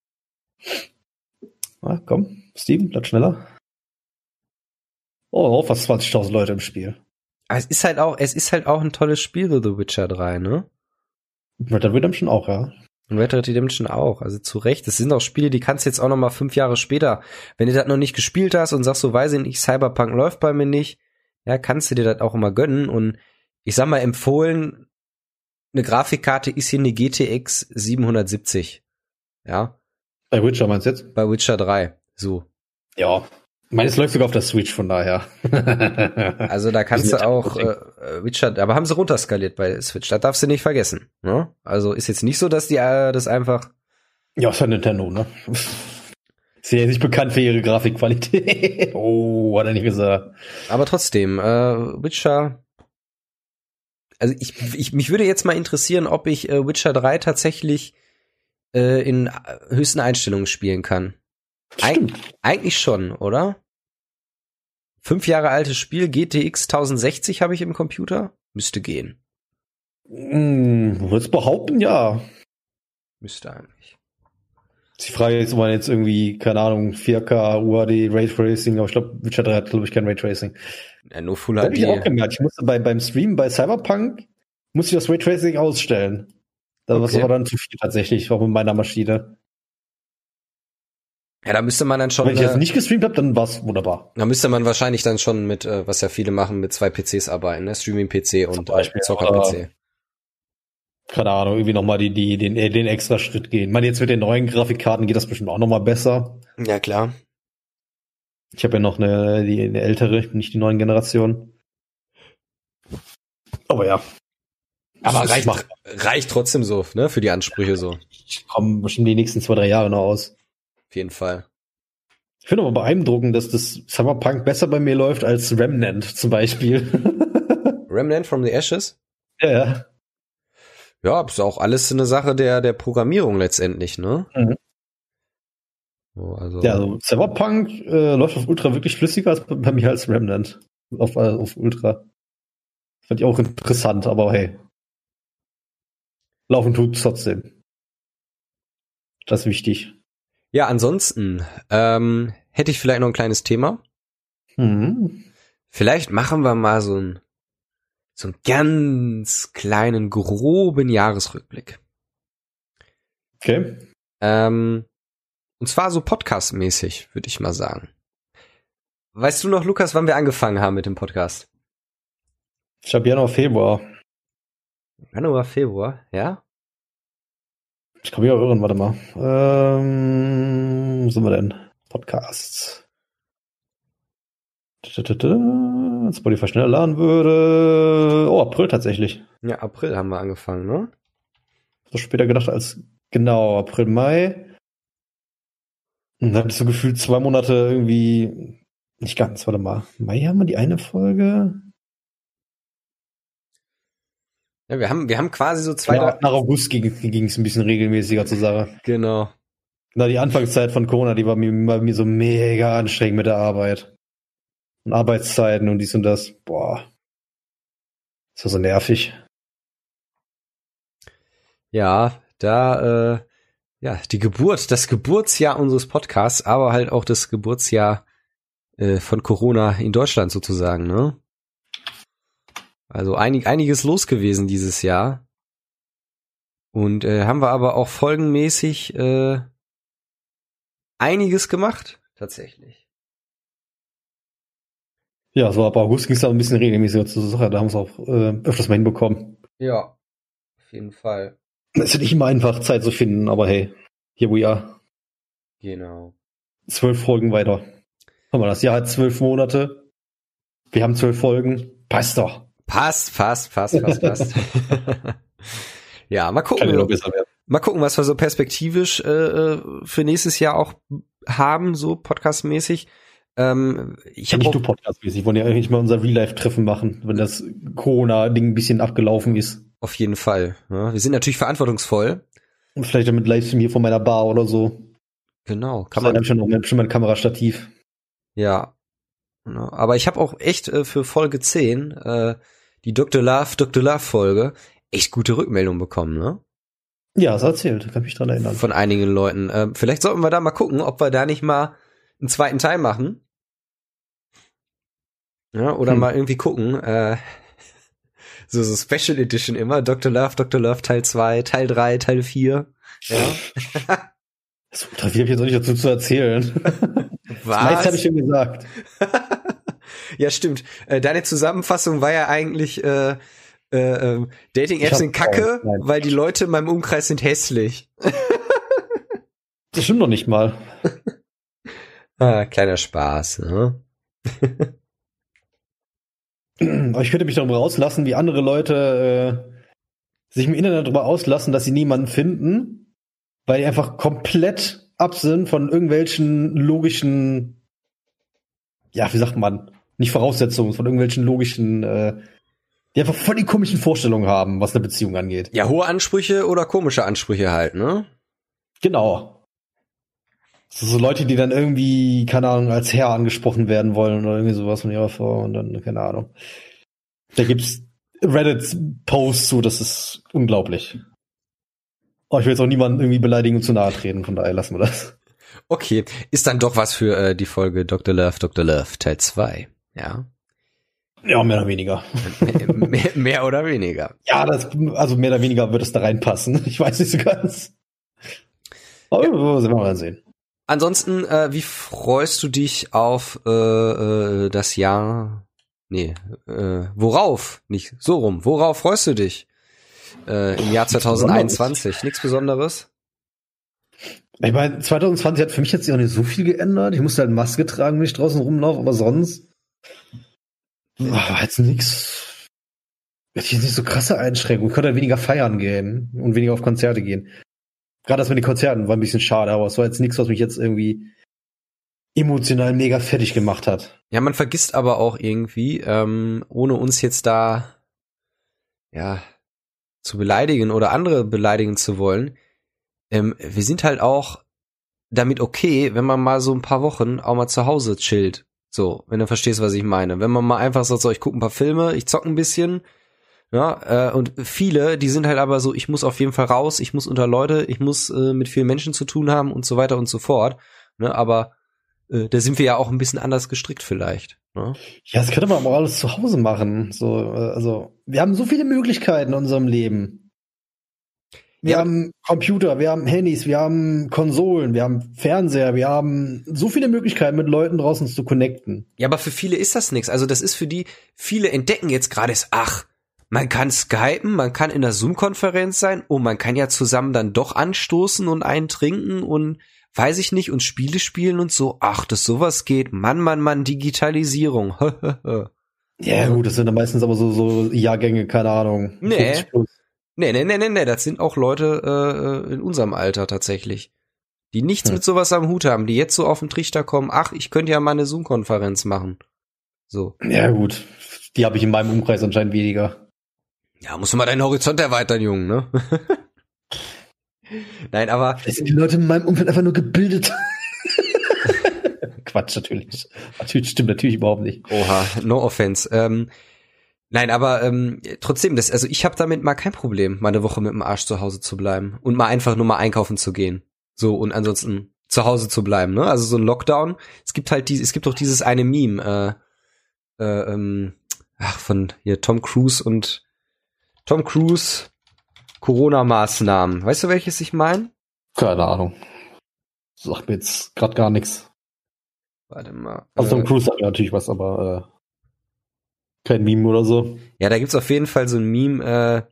Ah, komm, Steam, lad schneller. Oh, auch fast 20.000 Leute im Spiel. Aber es ist halt auch ein tolles Spiel, so The Witcher 3, ne? Red Dead Redemption auch, ja. Und Red Dead Redemption auch, also zu Recht. Das sind auch Spiele, die kannst du jetzt auch noch mal 5 Jahre später, wenn du das noch nicht gespielt hast und sagst so, weiß ich nicht, Cyberpunk läuft bei mir nicht, ja, kannst du dir das auch immer gönnen. Und ich sag mal, empfohlen, eine Grafikkarte ist hier eine GTX 770, ja. Bei Witcher meinst du jetzt? Bei Witcher 3, so. Ja. Meines läuft sogar auf der Switch, von daher. Also da kannst du auch Witcher, aber haben sie runterskaliert bei Switch, das darfst du nicht vergessen, ne? Also ist jetzt nicht so, dass die das einfach... Ja, ist ja Nintendo, ne? Ist ja nicht bekannt für ihre Grafikqualität. Oh, hat er nicht gesagt. Aber trotzdem, Witcher... Also mich würde jetzt mal interessieren, ob ich Witcher 3 tatsächlich in höchsten Einstellungen spielen kann. Eigentlich schon, oder? 5 Jahre altes Spiel, GTX 1060 habe ich im Computer. Müsste gehen. Würdest behaupten, ja. Müsste eigentlich. Die Frage ist, ob man jetzt irgendwie, keine Ahnung, 4K, UHD, Raytracing, aber ich glaube, Witcher 3 hat, glaube ich, kein Raytracing. Ja, nur Full Das habe ich auch HD. gemerkt. Ich musste beim Stream bei Cyberpunk, musste ich das Raytracing ausstellen. Das Okay. war dann zu viel tatsächlich, auch mit meiner Maschine. Ja, da müsste man dann schon... Wenn ich das nicht gestreamt habe, dann war's wunderbar. Da müsste man wahrscheinlich dann schon mit, was ja viele machen, mit 2 PCs arbeiten, ne? Streaming-PC und Beispiel, Zocker-PC. Keine Ahnung, irgendwie nochmal den extra Schritt gehen. Ich meine, jetzt mit den neuen Grafikkarten geht das bestimmt auch nochmal besser. Ja, klar. Ich habe ja noch eine ältere, nicht die neuen Generation. Aber ja. Aber reicht trotzdem so, ne? Für die Ansprüche so. Ich komme bestimmt die nächsten 2-3 Jahre noch aus. Auf jeden Fall. Ich finde aber beeindruckend, dass das Cyberpunk besser bei mir läuft als Remnant zum Beispiel. Remnant from the Ashes? Ja. Ja, ist auch alles eine Sache der Programmierung letztendlich, ne? Mhm. So, also. Ja, also Cyberpunk läuft auf Ultra wirklich flüssiger als bei mir als Remnant. Auf Ultra. Fand ich auch interessant, aber hey. Laufen tut's trotzdem. Das ist wichtig. Ja, ansonsten hätte ich vielleicht noch ein kleines Thema. Mhm. Vielleicht machen wir mal so einen ganz kleinen, groben Jahresrückblick. Okay. Und zwar so Podcast-mäßig, würde ich mal sagen. Weißt du noch, Lukas, wann wir angefangen haben mit dem Podcast? Ich habe Januar, Februar. Januar, Februar, ja? Ich kann mich auch irren, warte mal. Wo sind wir denn? Podcasts. Spotify schneller laden würde. Oh, April tatsächlich. Ja, April haben wir angefangen, ne? So später gedacht als, genau, April, Mai. Und dann hatte ich so gefühlt 2 Monate irgendwie, nicht ganz, warte mal. Mai haben wir die eine Folge? Ja, wir haben quasi so Nach August ging es ein bisschen regelmäßiger zur Sache. Genau. Na, die Anfangszeit von Corona, die war mir so mega anstrengend mit der Arbeit. Und Arbeitszeiten und dies und das. Boah. Das war so nervig. Ja, das Geburtsjahr unseres Podcasts, aber halt auch das Geburtsjahr von Corona in Deutschland sozusagen, ne? Also einiges los gewesen dieses Jahr. Und haben wir aber auch folgenmäßig einiges gemacht, tatsächlich. Ja, so ab August ging es da ein bisschen regelmäßiger zur Sache. Da haben wir es auch öfters mal hinbekommen. Ja, auf jeden Fall. Es ist nicht immer einfach, Zeit zu finden, aber hey, here we are. Genau. 12 Folgen weiter. Guck mal, das Jahr hat 12 Monate. Wir haben 12 Folgen. Passt doch. Passt. Ja, mal gucken, was wir so perspektivisch für nächstes Jahr auch haben, so podcastmäßig. Nicht nur podcastmäßig. Ich wollte ja eigentlich mal unser Real-Life-Treffen machen, wenn das Corona-Ding ein bisschen abgelaufen ist. Auf jeden Fall. Ja, wir sind natürlich verantwortungsvoll. Und vielleicht damit Livestream hier von meiner Bar oder so. Genau. Kann man schon mein Kamerastativ. Ja. Aber ich habe auch echt für Folge 10, die Dr. Love Folge, echt gute Rückmeldungen bekommen, ne? Ja, das erzählt. Kann mich dran erinnern. Von einigen Leuten. Vielleicht sollten wir da mal gucken, ob wir da nicht mal einen zweiten Teil machen. Ja, oder mal irgendwie gucken. So Special Edition immer. Dr. Love Teil 2, Teil 3, Teil 4. Ja. So, wie habe ich jetzt auch nicht dazu zu erzählen? Was? Das habe ich schon gesagt. Ja, stimmt. Deine Zusammenfassung war ja eigentlich Dating-Apps sind Kacke, weil die Leute in meinem Umkreis sind hässlich. Das stimmt doch nicht mal. Kleiner Spaß, ne? Aber ich könnte mich darüber auslassen, wie andere Leute sich im Internet darüber auslassen, dass sie niemanden finden, weil die einfach komplett ab sind von irgendwelchen logischen, ja, wie sagt man, nicht Voraussetzungen, von irgendwelchen logischen, die einfach voll die komischen Vorstellungen haben, was eine Beziehung angeht. Ja, hohe Ansprüche oder komische Ansprüche halt, ne? Genau. So Leute, die dann irgendwie, keine Ahnung, als Herr angesprochen werden wollen oder irgendwie sowas von ihrer Frau und dann, keine Ahnung. Da gibt's Reddit-Posts zu, das ist unglaublich. Oh, ich will jetzt auch niemanden irgendwie beleidigen und zu nahe treten, von daher lassen wir das. Okay, ist dann doch was für die Folge Dr. Love Teil 2, ja? Ja, mehr oder weniger. Mehr oder weniger. Ja, also mehr oder weniger wird es da reinpassen. Ich weiß nicht so ganz. Aber ja. Sind wir mal sehen. Ansonsten, wie freust du dich auf das Jahr? Nee, worauf? Nicht so rum. Worauf freust du dich im Jahr 2021? Nichts Besonderes? Ich meine, 2020 hat für mich jetzt auch nicht so viel geändert. Ich musste halt Maske tragen, wenn ich draußen rumlaufe, aber sonst war jetzt nix. Jetzt nicht so krasse Einschränkungen. Ich konnte halt weniger feiern gehen und weniger auf Konzerte gehen. Gerade das mit den Konzerten war ein bisschen schade, aber es war jetzt nichts, was mich jetzt irgendwie emotional mega fertig gemacht hat. Ja, man vergisst aber auch irgendwie, ohne uns jetzt da ja zu beleidigen oder andere beleidigen zu wollen, wir sind halt auch damit okay, wenn man mal so ein paar Wochen auch mal zu Hause chillt. So, wenn du verstehst, was ich meine. Wenn man mal einfach sagt, so, ich gucke ein paar Filme, ich zocke ein bisschen. Ja, und viele, die sind halt aber so, ich muss auf jeden Fall raus, ich muss unter Leute, ich muss mit vielen Menschen zu tun haben und so weiter und so fort. Ne, aber da sind wir ja auch ein bisschen anders gestrickt vielleicht. Ne? Ja, das könnte man aber alles zu Hause machen. So, also wir haben so viele Möglichkeiten in unserem Leben. Wir haben Computer, wir haben Handys, wir haben Konsolen, wir haben Fernseher, wir haben so viele Möglichkeiten, mit Leuten draußen zu connecten. Ja, aber für viele ist das nichts. Also das ist für die, viele entdecken jetzt gerade, man kann skypen, man kann in der Zoom-Konferenz sein, man kann ja zusammen dann doch anstoßen und einen trinken und weiß ich nicht, und Spiele spielen und so. Ach, dass sowas geht. Mann, Digitalisierung. Ja, gut, das sind dann meistens aber so Jahrgänge, keine Ahnung. Nee. 50 plus. Nee, das sind auch Leute in unserem Alter tatsächlich, die nichts mit sowas am Hut haben, die jetzt so auf den Trichter kommen, ach, ich könnte ja mal eine Zoom-Konferenz machen. So. Ja, gut. Die habe ich in meinem Umkreis anscheinend weniger. Ja, musst du mal deinen Horizont erweitern, Junge, ne? Nein, aber... Vielleicht sind die Leute in meinem Umfeld einfach nur gebildet. Quatsch, natürlich. Stimmt natürlich überhaupt nicht. Oha, no offense. Nein, aber trotzdem, also ich habe damit mal kein Problem, mal eine Woche mit dem Arsch zu Hause zu bleiben und mal einfach nur mal einkaufen zu gehen. So, und ansonsten zu Hause zu bleiben, ne? Also so ein Lockdown. Es gibt doch dieses eine Meme, von hier Tom Cruise Corona-Maßnahmen. Weißt du, welches ich meine? Keine Ahnung. Sagt mir jetzt gerade gar nichts. Warte mal. Also Tom Cruise sagt ja natürlich was, aber kein Meme oder so. Ja, da gibt's auf jeden Fall so ein Meme,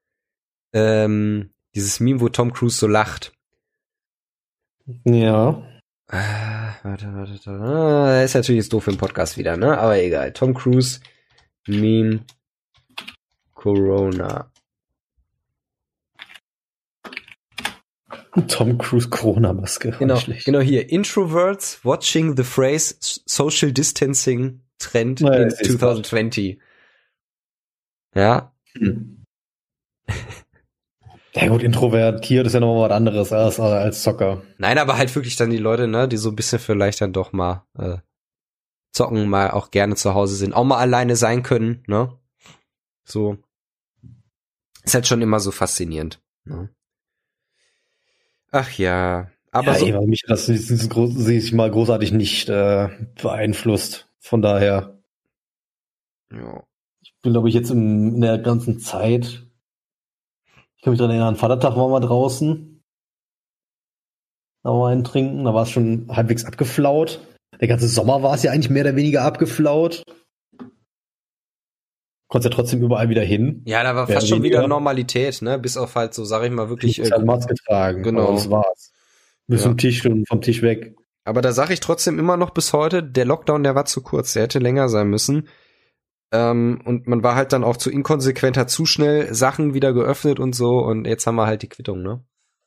dieses Meme, wo Tom Cruise so lacht. Ja. Warte. Ist natürlich jetzt doof im Podcast wieder, ne? Aber egal. Tom Cruise Meme Corona. Tom Cruise Corona-Maske. Genau hier. Introverts watching the phrase social distancing trend in 2020. Ja. Ja gut, introvertiert ist ja nochmal was anderes als Zocker. Nein, aber halt wirklich dann die Leute, ne, die so ein bisschen vielleicht dann doch mal zocken, mal auch gerne zu Hause sind, auch mal alleine sein können, ne? So. Ist halt schon immer so faszinierend, ne? Ach ja. Aber ja, so, mich hat das sich mal großartig nicht beeinflusst. Von daher. Ja. Ich bin, glaube ich, jetzt in der ganzen Zeit. Ich kann mich daran erinnern, Vatertag waren wir draußen. Da waren wir einen trinken, da war es schon halbwegs abgeflaut. Der ganze Sommer war es ja eigentlich mehr oder weniger abgeflaut. Konntest ja trotzdem überall wieder hin. Ja, da war fast schon wieder Normalität, ne? Bis auf halt so, sag ich mal, wirklich. Halt Maske tragen. Genau. Das war's. Bis zum Tisch und vom Tisch weg. Aber da sage ich trotzdem immer noch bis heute, der Lockdown, der war zu kurz, der hätte länger sein müssen. Und man war halt dann auch zu inkonsequent, hat zu schnell Sachen wieder geöffnet und so, und jetzt haben wir halt die Quittung, ne?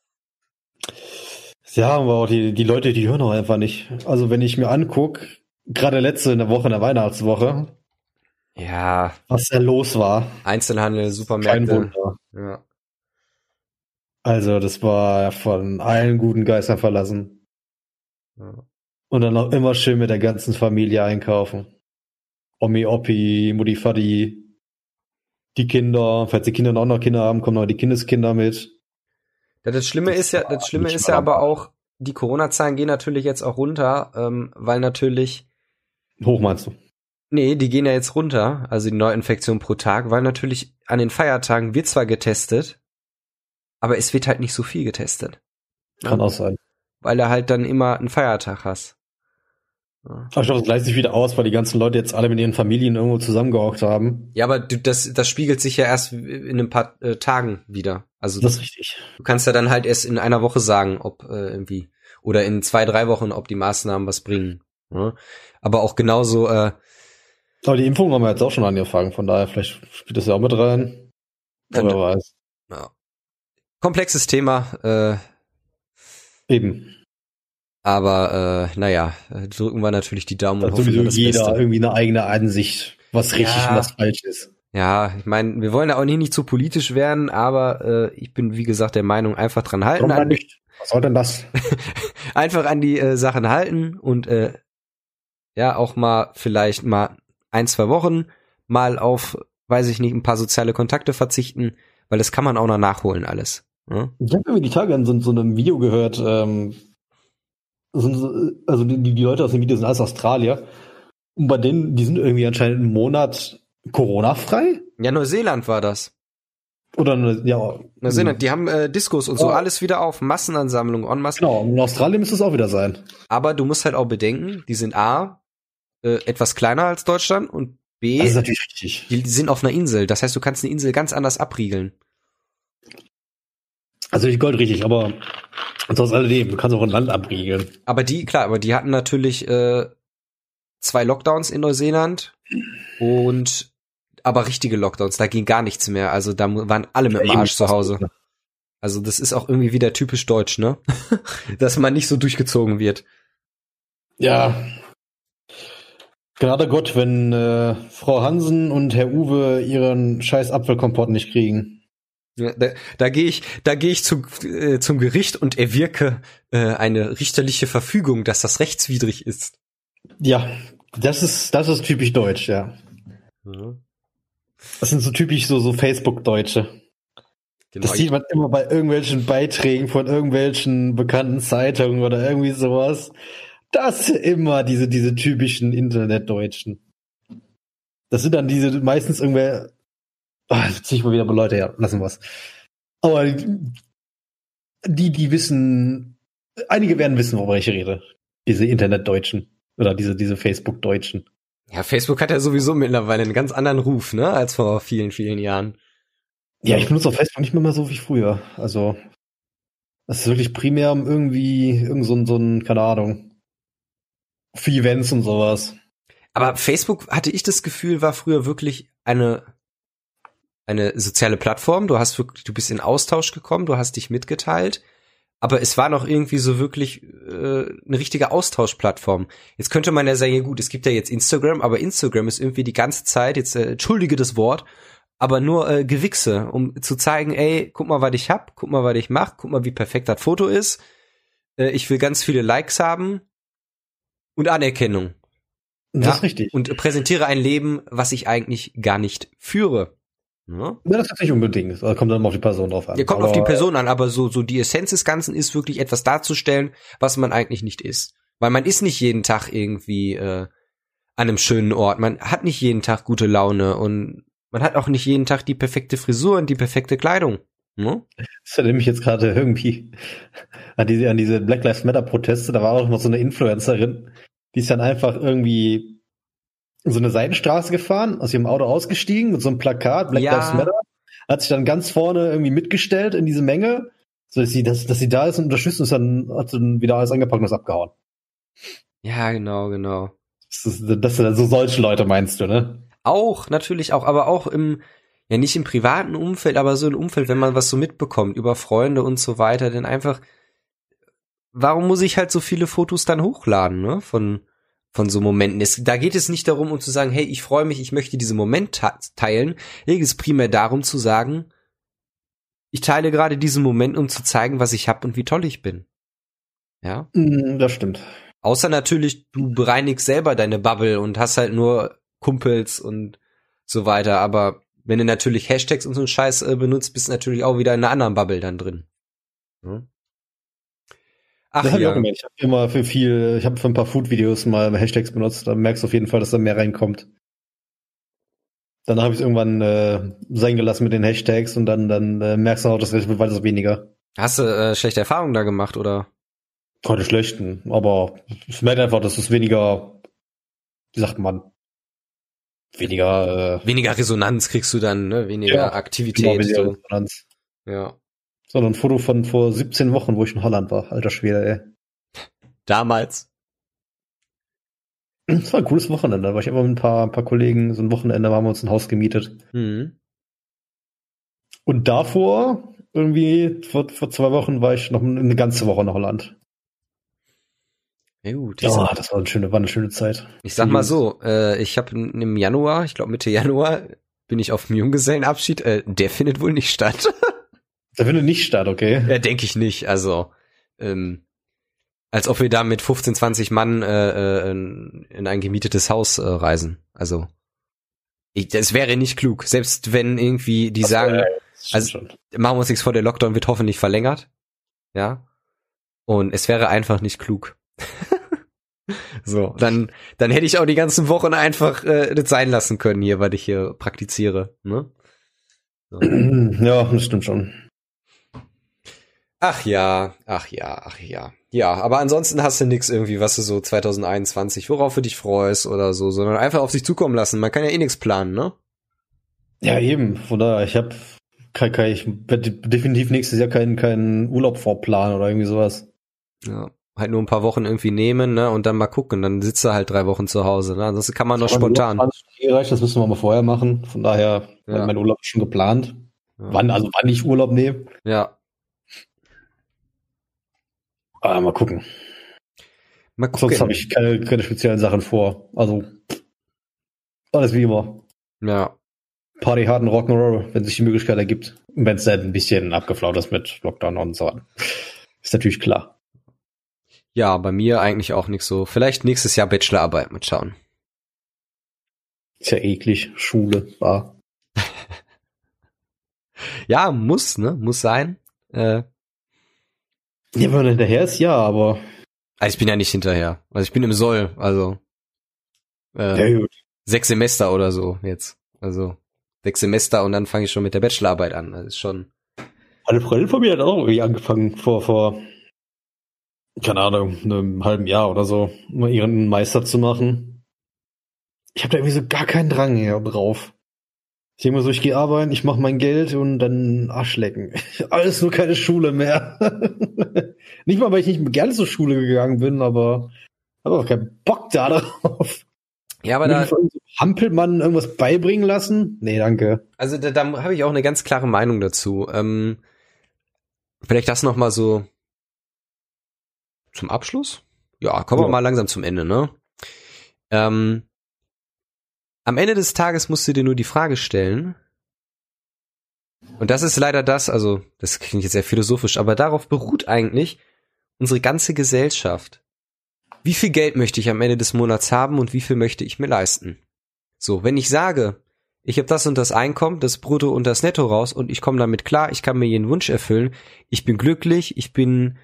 Ja, aber auch die Leute, die hören auch einfach nicht. Also wenn ich mir angucke, gerade in der Weihnachtswoche, ja, was da los war. Einzelhandel, Supermärkte. Kein Wunder. Ja. Also das war von allen guten Geistern verlassen. Ja. Und dann auch immer schön mit der ganzen Familie einkaufen. Omi, Oppi, Mutti, Vati, die Kinder, falls die Kinder auch noch Kinder haben, kommen noch die Kindeskinder mit. Ja, das Schlimme ist ja aber auch, die Corona-Zahlen gehen natürlich jetzt auch runter, weil natürlich... Hoch meinst du? Nee, die gehen ja jetzt runter, also die Neuinfektion pro Tag, weil natürlich an den Feiertagen wird zwar getestet, aber es wird halt nicht so viel getestet. Kann auch sein. Weil du halt dann immer einen Feiertag hast. Ja. Aber ich glaube, es gleicht sich wieder aus, weil die ganzen Leute jetzt alle mit ihren Familien irgendwo zusammengehockt haben. Ja, aber das spiegelt sich ja erst in ein paar Tagen wieder. Also das ist richtig. Du kannst ja dann halt erst in einer Woche sagen, ob irgendwie, oder in 2-3 Wochen, ob die Maßnahmen was bringen. Ja? Aber auch genauso. Aber die Impfung haben wir jetzt auch schon angefangen, von daher vielleicht spielt das ja auch mit rein. Wer weiß. Ja. Komplexes Thema. Eben. Aber naja, drücken wir natürlich die Daumen und hoffen sowieso das jeder Beste. Irgendwie eine eigene Ansicht, was richtig und was falsch ist. Ja, ich meine, wir wollen ja auch nicht zu politisch werden, aber ich bin, wie gesagt, der Meinung, einfach dran halten. Warum nicht? Was soll denn das? Einfach an die Sachen halten und ja, auch mal vielleicht mal 1-2 Wochen mal auf, weiß ich nicht, ein paar soziale Kontakte verzichten, weil das kann man auch noch nachholen alles. Ja? Ich habe irgendwie die Tage in so einem Video gehört, also die Leute aus dem Video sind alles Australier. Und bei denen, die sind irgendwie anscheinend einen Monat Corona-frei? Ja, Neuseeland war das. Oder, ja. Neuseeland, die haben Diskos und so alles wieder auf, Massenansammlung, en masse. Genau, in Australien müsste es auch wieder sein. Aber du musst halt auch bedenken, die sind A, etwas kleiner als Deutschland und B, das ist natürlich richtig. Die sind auf einer Insel. Das heißt, du kannst eine Insel ganz anders abriegeln. Also nicht goldrichtig, aber Und trotz alledem, du kannst auch ein Land abriegeln. Aber die hatten natürlich 2 Lockdowns in Neuseeland aber richtige Lockdowns, da ging gar nichts mehr. Also da waren alle mit dem Arsch zu Hause. Also das ist auch irgendwie wieder typisch deutsch, ne? Dass man nicht so durchgezogen wird. Ja. Gerade Gott, wenn Frau Hansen und Herr Uwe ihren scheiß Apfelkompott nicht kriegen. Ja, da gehe ich zum Gericht und erwirke eine richterliche Verfügung, dass das rechtswidrig ist. Ja, das ist typisch deutsch, ja. Mhm. Das sind so typisch so Facebook-Deutsche. Genau. Das sieht man immer bei irgendwelchen Beiträgen von irgendwelchen bekannten Zeitungen oder irgendwie sowas. Das sind immer diese typischen Internetdeutschen. Das sind dann diese meistens irgendwer. Jetzt zieh ich mal wieder bei Leute, ja, lassen wir's. Aber die wissen, einige werden wissen, worüber ich rede. Diese Internetdeutschen oder diese Facebook-Deutschen. Ja, Facebook hat ja sowieso mittlerweile einen ganz anderen Ruf, ne, als vor vielen, vielen Jahren. Ja, ich benutze auf Facebook nicht mehr so wie früher. Also, das ist wirklich primär um irgendwie so ein, keine Ahnung, für Events und sowas. Aber Facebook, hatte ich das Gefühl, war früher wirklich eine soziale Plattform. Du bist in Austausch gekommen, du hast dich mitgeteilt. Aber es war noch irgendwie so wirklich eine richtige Austauschplattform. Jetzt könnte man ja sagen, gut, es gibt ja jetzt Instagram, aber Instagram ist irgendwie die ganze Zeit, jetzt entschuldige das Wort, aber nur Gewichse, um zu zeigen, ey, guck mal, was ich hab, guck mal, was ich mach, guck mal, wie perfekt das Foto ist. Ich will ganz viele Likes haben und Anerkennung. Das ist richtig. Und präsentiere ein Leben, was ich eigentlich gar nicht führe. Ja, das ist nicht unbedingt. Da kommt dann mal auf die Person drauf an. Ja, kommt auf die Person an, aber so die Essenz des Ganzen ist wirklich etwas darzustellen, was man eigentlich nicht ist. Weil man ist nicht jeden Tag irgendwie an einem schönen Ort. Man hat nicht jeden Tag gute Laune und man hat auch nicht jeden Tag die perfekte Frisur und die perfekte Kleidung. Ne? Das erinnert mich jetzt gerade irgendwie an diese Black Lives Matter Proteste. Da war auch noch so eine Influencerin, die ist dann einfach irgendwie so eine Seitenstraße gefahren, aus ihrem Auto ausgestiegen mit so einem Plakat, Black Lives Matter, hat sich dann ganz vorne irgendwie mitgestellt in diese Menge, so dass sie da ist und unterstützt und hat dann wieder alles angepackt und ist abgehauen. Ja, genau. Das sind so solche Leute, meinst du, ne? Auch, natürlich auch, aber auch nicht im privaten Umfeld, aber so im Umfeld, wenn man was so mitbekommt über Freunde und so weiter, denn einfach, warum muss ich halt so viele Fotos dann hochladen, ne, von so Momenten. Da geht es nicht darum, um zu sagen, hey, ich freue mich, ich möchte diesen Moment teilen. Hier geht es primär darum zu sagen, ich teile gerade diesen Moment, um zu zeigen, was ich habe und wie toll ich bin. Ja? Das stimmt. Außer natürlich, du bereinigst selber deine Bubble und hast halt nur Kumpels und so weiter. Aber wenn du natürlich Hashtags und so einen Scheiß benutzt, bist du natürlich auch wieder in einer anderen Bubble dann drin. Hm? Ach, das habe ich auch gemerkt. Ich habe für ein paar Food-Videos mal Hashtags benutzt. Da merkst du auf jeden Fall, dass da mehr reinkommt. Dann habe ich es irgendwann sein gelassen mit den Hashtags und dann merkst du auch, dass es weiter weniger. Hast du schlechte Erfahrungen da gemacht, oder? Keine schlechten, aber es merkt einfach, dass es weniger, wie sagt man, weniger Resonanz kriegst du dann, ne? Weniger Aktivität. Weniger Resonanz. Ja. So, ein Foto von vor 17 Wochen, wo ich in Holland war. Alter Schwede, ey. Damals. Das war ein cooles Wochenende. Da war ich immer mit ein paar Kollegen, so ein Wochenende haben wir uns ein Haus gemietet. Mhm. Und davor, irgendwie, vor 2 Wochen war ich noch eine ganze Woche in Holland. Ja, gut. Ja, das war eine schöne Zeit. Ich sag mal so, ich habe im Januar, ich glaube Mitte Januar, bin ich auf dem Junggesellenabschied. Der findet wohl nicht statt. Der findet nicht statt, okay? Ja, denke ich nicht. Also, als ob wir da mit 15, 20 Mann in ein gemietetes Haus reisen. Also, das wäre nicht klug. Selbst wenn irgendwie die sagen, also machen wir uns nichts vor, der Lockdown wird hoffentlich verlängert. Ja. Und es wäre einfach nicht klug. So, dann hätte ich auch die ganzen Wochen einfach das sein lassen können hier, weil ich hier praktiziere. Ne? So. Ja, das stimmt schon. Ach ja. Ja, aber ansonsten hast du nix irgendwie, was du so 2021, worauf du dich freust oder so, sondern einfach auf sich zukommen lassen. Man kann ja eh nichts planen, ne? Ja, eben. Von daher, ich habe Ich werde definitiv nächstes Jahr keinen Urlaub vorplanen oder irgendwie sowas. Ja, halt nur ein paar Wochen irgendwie nehmen, ne, und dann mal gucken. Dann sitzt er halt 3 Wochen zu Hause, ne. Ansonsten kann man noch spontan. Das müssen wir mal vorher machen. Von daher, mein Urlaub ist schon geplant. Ja. Wann ich Urlaub nehme. Ja. Mal gucken. Sonst habe ich keine speziellen Sachen vor. Also, alles wie immer. Ja. Party, harten Rock'n'Roll, wenn sich die Möglichkeit ergibt. Und wenn es dann ein bisschen abgeflaut ist mit Lockdown und so. Ist natürlich klar. Ja, bei mir eigentlich auch nicht so. Vielleicht nächstes Jahr Bachelorarbeit, mal schauen. Ist ja eklig. Schule, Bar. Ja, muss sein. Ja, wenn man hinterher ist, ja, aber. Also ich bin ja nicht hinterher. Also ich bin im Soll, also. Ja, gut. 6 Semester oder so jetzt. Also 6 Semester und dann fange ich schon mit der Bachelorarbeit an. Das ist schon. Eine Freundin von mir hat auch irgendwie angefangen vor keine Ahnung, einem halben Jahr oder so, mal ihren Meister zu machen. Ich habe da irgendwie so gar keinen Drang mehr drauf. Ich denke mal so, ich gehe arbeiten, ich mache mein Geld und dann Arsch lecken. Alles nur keine Schule mehr. Nicht mal, weil ich nicht gerne zur Schule gegangen bin, aber habe auch keinen Bock da drauf. Ja, aber da Hampelmann irgendwas beibringen lassen? Nee, danke. Also da habe ich auch eine ganz klare Meinung dazu. Vielleicht das noch mal so zum Abschluss? Ja, kommen wir mal langsam zum Ende, ne? Am Ende des Tages musst du dir nur die Frage stellen, und das ist leider das, also das klingt jetzt sehr philosophisch, aber darauf beruht eigentlich unsere ganze Gesellschaft. Wie viel Geld möchte ich am Ende des Monats haben und wie viel möchte ich mir leisten? So, wenn ich sage, ich habe das und das Einkommen, das Brutto und das Netto raus und ich komme damit klar, ich kann mir jeden Wunsch erfüllen, ich bin glücklich, ich bin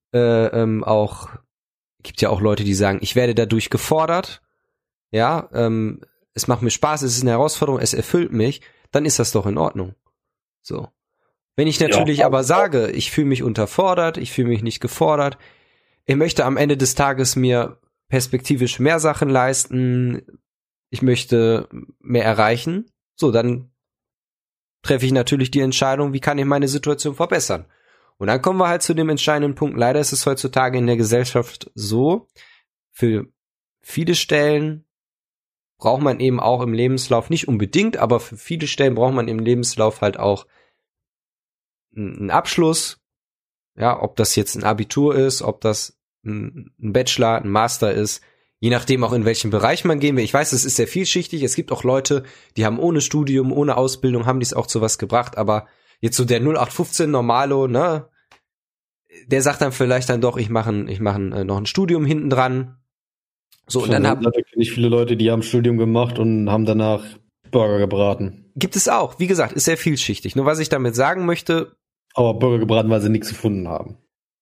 auch, gibt ja auch Leute, die sagen, ich werde dadurch gefordert, ja, es macht mir Spaß, es ist eine Herausforderung, es erfüllt mich, dann ist das doch in Ordnung. So. Wenn ich natürlich aber sage, ich fühle mich unterfordert, ich fühle mich nicht gefordert, ich möchte am Ende des Tages mir perspektivisch mehr Sachen leisten, ich möchte mehr erreichen, so, dann treffe ich natürlich die Entscheidung, wie kann ich meine Situation verbessern? Und dann kommen wir halt zu dem entscheidenden Punkt. Leider ist es heutzutage in der Gesellschaft so, für viele Stellen braucht man eben auch im Lebenslauf, nicht unbedingt, aber für viele Stellen braucht man im Lebenslauf halt auch einen Abschluss, ja, ob das jetzt ein Abitur ist, ob das ein Bachelor, ein Master ist, je nachdem auch in welchem Bereich man gehen will. Ich weiß, es ist sehr vielschichtig, es gibt auch Leute, die haben ohne Studium, ohne Ausbildung, haben dies auch zu was gebracht, aber jetzt so der 0815 Normalo, ne, der sagt dann vielleicht dann doch, ich mache noch ein Studium hinten dran. So, und dann kenne ich viele Leute, die haben Studium gemacht und haben danach Burger gebraten. Gibt es auch. Wie gesagt, ist sehr vielschichtig. Nur was ich damit sagen möchte. Aber Burger gebraten, weil sie nichts gefunden haben.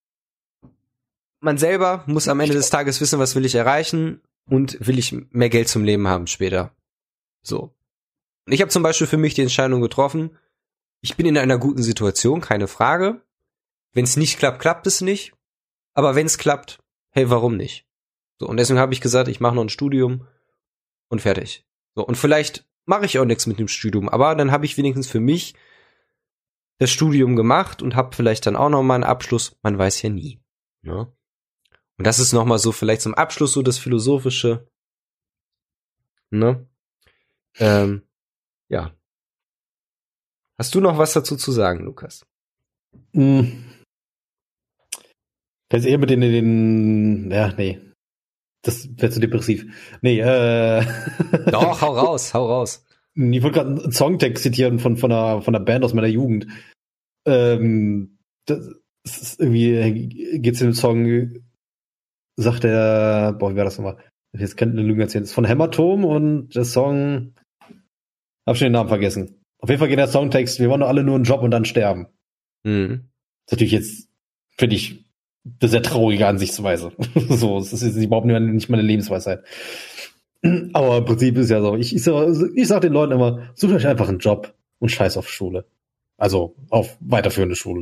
Man selber muss am Ende des Tages wissen, was will ich erreichen und will ich mehr Geld zum Leben haben später. So. Und ich habe zum Beispiel für mich die Entscheidung getroffen, ich bin in einer guten Situation, keine Frage. Wenn es nicht klappt, klappt es nicht. Aber wenn es klappt, hey, warum nicht? So, und deswegen habe ich gesagt, ich mache noch ein Studium und fertig. So, und vielleicht mache ich auch nichts mit dem Studium, aber dann habe ich wenigstens für mich das Studium gemacht und habe vielleicht dann auch noch mal einen Abschluss. Man weiß ja nie. Ne? Und das ist noch mal so vielleicht zum Abschluss so das Philosophische. Ne? Ja. Hast du noch was dazu zu sagen, Lukas? Kannst eher mit ja, nee. Das wäre zu depressiv. Nee, Doch, hau raus. Ich wollte gerade einen Songtext zitieren von einer Band aus meiner Jugend. Das ist irgendwie geht's in dem Song, sagt der, wie war das nochmal? Jetzt könnte eine Lüge erzählen. Das ist von Hämatom und der Song, hab schon den Namen vergessen. Auf jeden Fall geht der Songtext, wir wollen doch alle nur einen Job und dann sterben. Mhm. Das ist natürlich jetzt, finde ich, eine sehr traurige Ansichtsweise. So, es ist jetzt überhaupt nicht meine Lebensweisheit. Aber im Prinzip ist ja so, ich sag den Leuten immer, sucht euch einfach einen Job und scheiß auf Schule. Also auf weiterführende Schulen.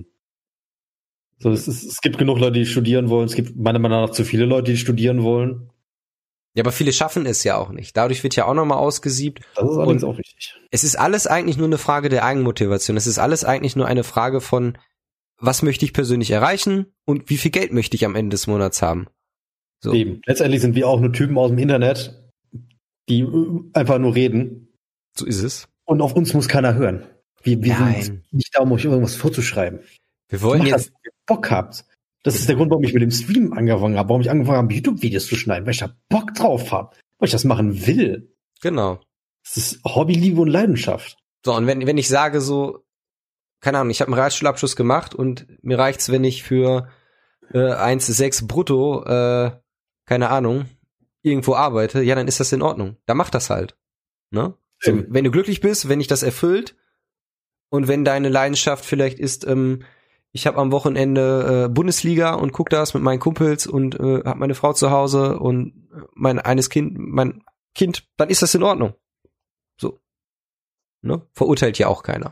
So, es gibt genug Leute, die studieren wollen. Es gibt meiner Meinung nach zu viele Leute, die studieren wollen. Ja, aber viele schaffen es ja auch nicht. Dadurch wird ja auch nochmal ausgesiebt. Das ist allerdings auch wichtig. Es ist alles eigentlich nur eine Frage der Eigenmotivation. Es ist alles eigentlich nur eine Frage von, was möchte ich persönlich erreichen und wie viel Geld möchte ich am Ende des Monats haben. So. Eben. Letztendlich sind wir auch nur Typen aus dem Internet, die einfach nur reden. So ist es. Und auf uns muss keiner hören. Wir Nein. sind nicht da, um euch irgendwas vorzuschreiben. Wir wollen Macht jetzt... das, wenn ihr Bock habt. Das ist der Grund, warum ich mit dem Stream angefangen habe, warum ich angefangen habe, YouTube-Videos zu schneiden, weil ich da Bock drauf habe, weil ich das machen will. Genau. Das ist Hobby, Liebe und Leidenschaft. So, und wenn ich sage so, keine Ahnung, ich habe einen Realschulabschluss gemacht und mir reicht's, wenn ich für 1,6 brutto, keine Ahnung, irgendwo arbeite, ja, dann ist das in Ordnung. Dann mach das halt. Ne? So, wenn du glücklich bist, wenn dich das erfüllt und wenn deine Leidenschaft vielleicht ist, ich habe am Wochenende Bundesliga und guck das mit meinen Kumpels und habe meine Frau zu Hause und mein Kind, dann ist das in Ordnung. So. Ne? Verurteilt ja auch keiner.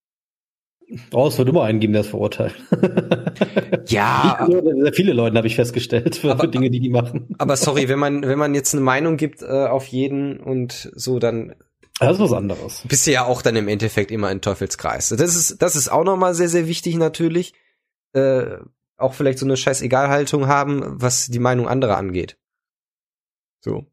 Oh, es wird immer einen geben, der es verurteilt. Ja. Sehr viele Leute habe ich festgestellt für Dinge, die machen. Aber sorry, wenn man jetzt eine Meinung gibt auf jeden und so, dann das ist was anderes. bist du ja auch dann im Endeffekt immer ein Teufelskreis. Das ist auch nochmal sehr, sehr wichtig natürlich. Auch vielleicht so eine scheiß Egalhaltung haben, was die Meinung anderer angeht. So.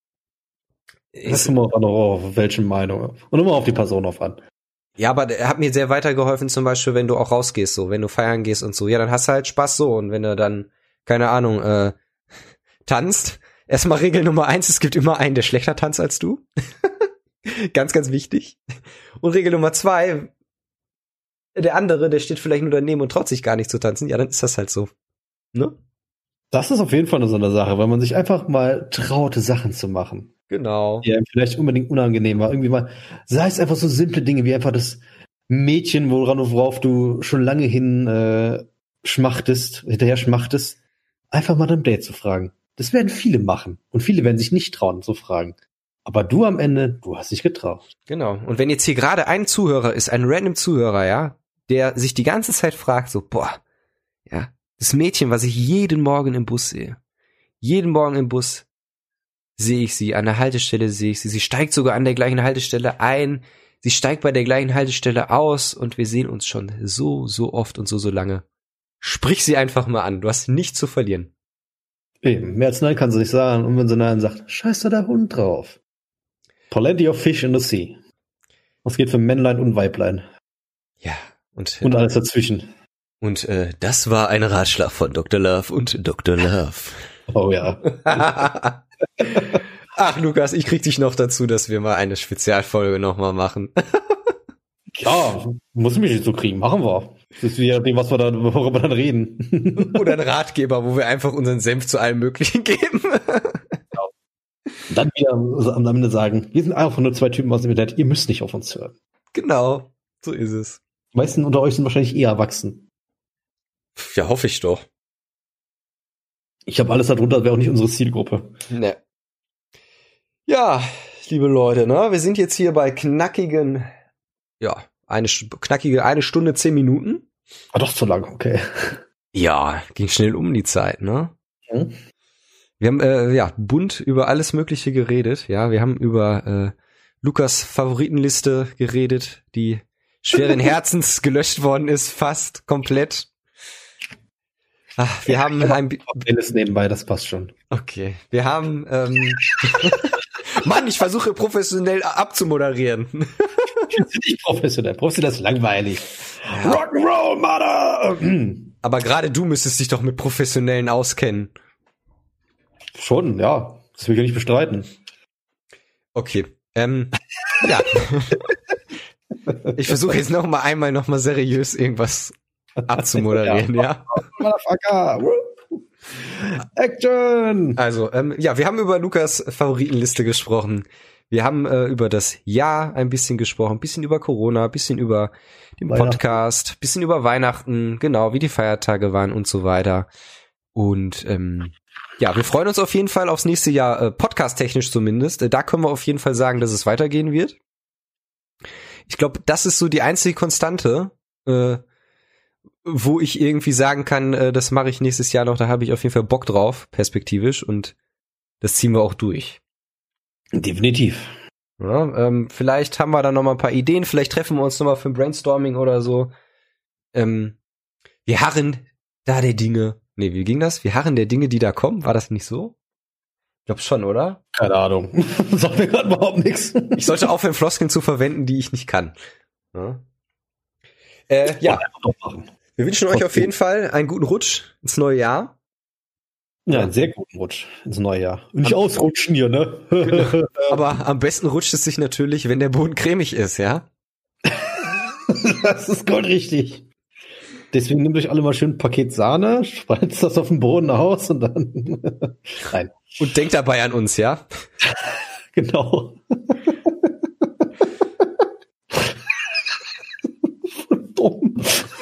Das kommt auch auf welche Meinung. Und immer auf die Person drauf an. Ja, aber er hat mir sehr weitergeholfen, zum Beispiel, wenn du auch rausgehst, so, wenn du feiern gehst und so. Ja, dann hast du halt Spaß so. Und wenn du dann, keine Ahnung, tanzt, erstmal Regel Nummer 1, es gibt immer einen, der schlechter tanzt als du. Ganz, ganz wichtig. Und Regel Nummer 2, der andere, der steht vielleicht nur daneben und traut sich gar nicht zu tanzen. Ja, dann ist das halt so. Ne? Das ist auf jeden Fall so eine Sache, weil man sich einfach mal traute, Sachen zu machen. Genau. Die einem vielleicht unbedingt unangenehm war. Irgendwie mal, sei es einfach so simple Dinge wie einfach das Mädchen, worauf du schon lange hinterher schmachtest, einfach mal dein Date zu fragen. Das werden viele machen. Und viele werden sich nicht trauen zu fragen. Aber du am Ende, du hast dich getraut. Genau. Und wenn jetzt hier gerade ein Zuhörer ist, ein random Zuhörer, ja, der sich die ganze Zeit fragt, so, boah, ja, das Mädchen, was ich jeden Morgen im Bus sehe, jeden Morgen im Bus sehe ich sie, an der Haltestelle sehe ich sie, sie steigt sogar an der gleichen Haltestelle ein, sie steigt bei der gleichen Haltestelle aus und wir sehen uns schon so, so oft und so, so lange. Sprich sie einfach mal an, du hast nichts zu verlieren. Eben, mehr als nein kann sie nicht sagen. Und wenn sie nein sagt, scheiß da der Hund drauf. Plenty of fish in the sea. Das geht für Männlein und Weiblein. Ja, und alles dazwischen. Und das war ein Ratschlag von Dr. Love und Dr. Love. Oh ja. Ach, Lukas, ich krieg dich noch dazu, dass wir mal eine Spezialfolge nochmal machen. Ja, muss ich mich nicht so kriegen. Machen wir. Das ist wie dem, worüber wir dann reden. Oder ein Ratgeber, wo wir einfach unseren Senf zu allem Möglichen geben. Genau. Und dann wieder am Ende sagen, wir sind einfach nur zwei Typen aus dem Internet, ihr müsst nicht auf uns hören. Genau, so ist es. Die meisten unter euch sind wahrscheinlich eher erwachsen. Ja, hoffe ich doch. Ich habe alles darunter, das wäre auch nicht unsere Zielgruppe. Ne. Ja, liebe Leute, ne, wir sind jetzt hier bei knackigen, ja, eine Stunde, 10 Minuten. War doch zu lang, okay. Ja, ging schnell um die Zeit, ne? Mhm. Wir haben bunt über alles Mögliche geredet. Ja, wir haben über Lukas Favoritenliste geredet, die schweren Herzens gelöscht worden ist, fast komplett. Ach, wir haben ein Playlist nebenbei, das passt schon. Okay, wir haben Mann, ich versuche professionell abzumoderieren. Nicht professionell. Professionell ist langweilig. Ja. Rock'n'Roll, Mother! Aber gerade du müsstest dich doch mit Professionellen auskennen. Schon, ja. Das will ich ja nicht bestreiten. Okay. Ja. Ich versuche jetzt noch mal seriös irgendwas abzumoderieren, ja. Motherfucker! Action! Also, wir haben über Lukas Favoritenliste gesprochen. Wir haben über das Jahr ein bisschen gesprochen, ein bisschen über Corona, ein bisschen über den Podcast, ein bisschen über Weihnachten, genau, wie die Feiertage waren und so weiter. Und wir freuen uns auf jeden Fall aufs nächste Jahr, podcast-technisch zumindest. Da können wir auf jeden Fall sagen, dass es weitergehen wird. Ich glaube, das ist so die einzige Konstante, wo ich irgendwie sagen kann, das mache ich nächstes Jahr noch, da habe ich auf jeden Fall Bock drauf, perspektivisch. Und das ziehen wir auch durch. Definitiv. Ja, vielleicht haben wir da noch mal ein paar Ideen, vielleicht treffen wir uns noch mal für ein Brainstorming oder so. Wir harren da der Dinge. Nee, wie ging das? Wir harren der Dinge, die da kommen. War das nicht so? Ich glaube schon, oder? Keine Ahnung. Sagt mir gerade überhaupt nichts. Ich sollte aufhören, Floskeln zu verwenden, die ich nicht kann. Ja. Ja. Wir wünschen euch auf jeden Fall einen guten Rutsch ins neue Jahr. Ja, einen sehr guten Rutsch ins neue Jahr. Und nicht ausrutschen hier, ne? Genau. Aber am besten rutscht es sich natürlich, wenn der Boden cremig ist, ja? Das ist goldrichtig. Deswegen nehmt euch alle mal schön ein Paket Sahne, spreizt das auf den Boden aus und dann rein. Und denkt dabei an uns, ja? Genau. Dumm.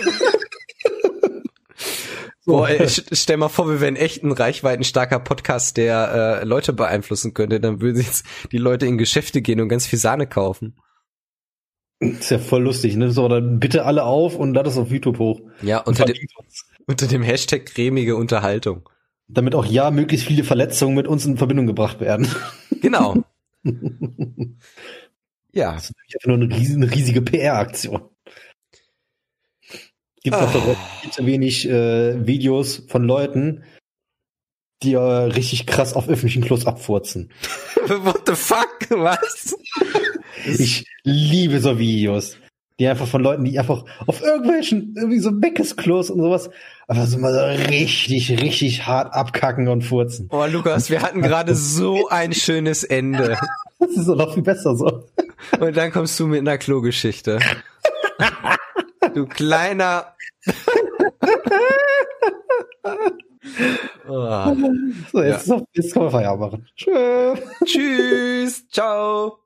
Boah, ey, stell mal vor, wir wären echt ein reichweitenstarker Podcast, der Leute beeinflussen könnte. Dann würden jetzt die Leute in Geschäfte gehen und ganz viel Sahne kaufen. Ist ja voll lustig, ne? So, dann bitte alle auf und lad das auf YouTube hoch. Ja, unter dem Hashtag cremige Unterhaltung. Damit auch möglichst viele Verletzungen mit uns in Verbindung gebracht werden. Genau. Ja. Das ist einfach nur eine riesige PR-Aktion. Gibt auch viel zu wenig Videos von Leuten, die richtig krass auf öffentlichen Klos abfurzen. What the fuck? Was? Ich liebe so Videos. Die einfach von Leuten, die einfach auf irgendwelchen, irgendwie so Meckesklos und sowas, einfach so mal so richtig hart abkacken und furzen. Oh, Lukas, wir hatten gerade so ein schönes Ende. Das ist doch noch viel besser so. Und dann kommst du mit einer Klogeschichte. Du kleiner. Oh. So, jetzt kann man Feierabend machen. Tschüss. Tschüss. Ciao.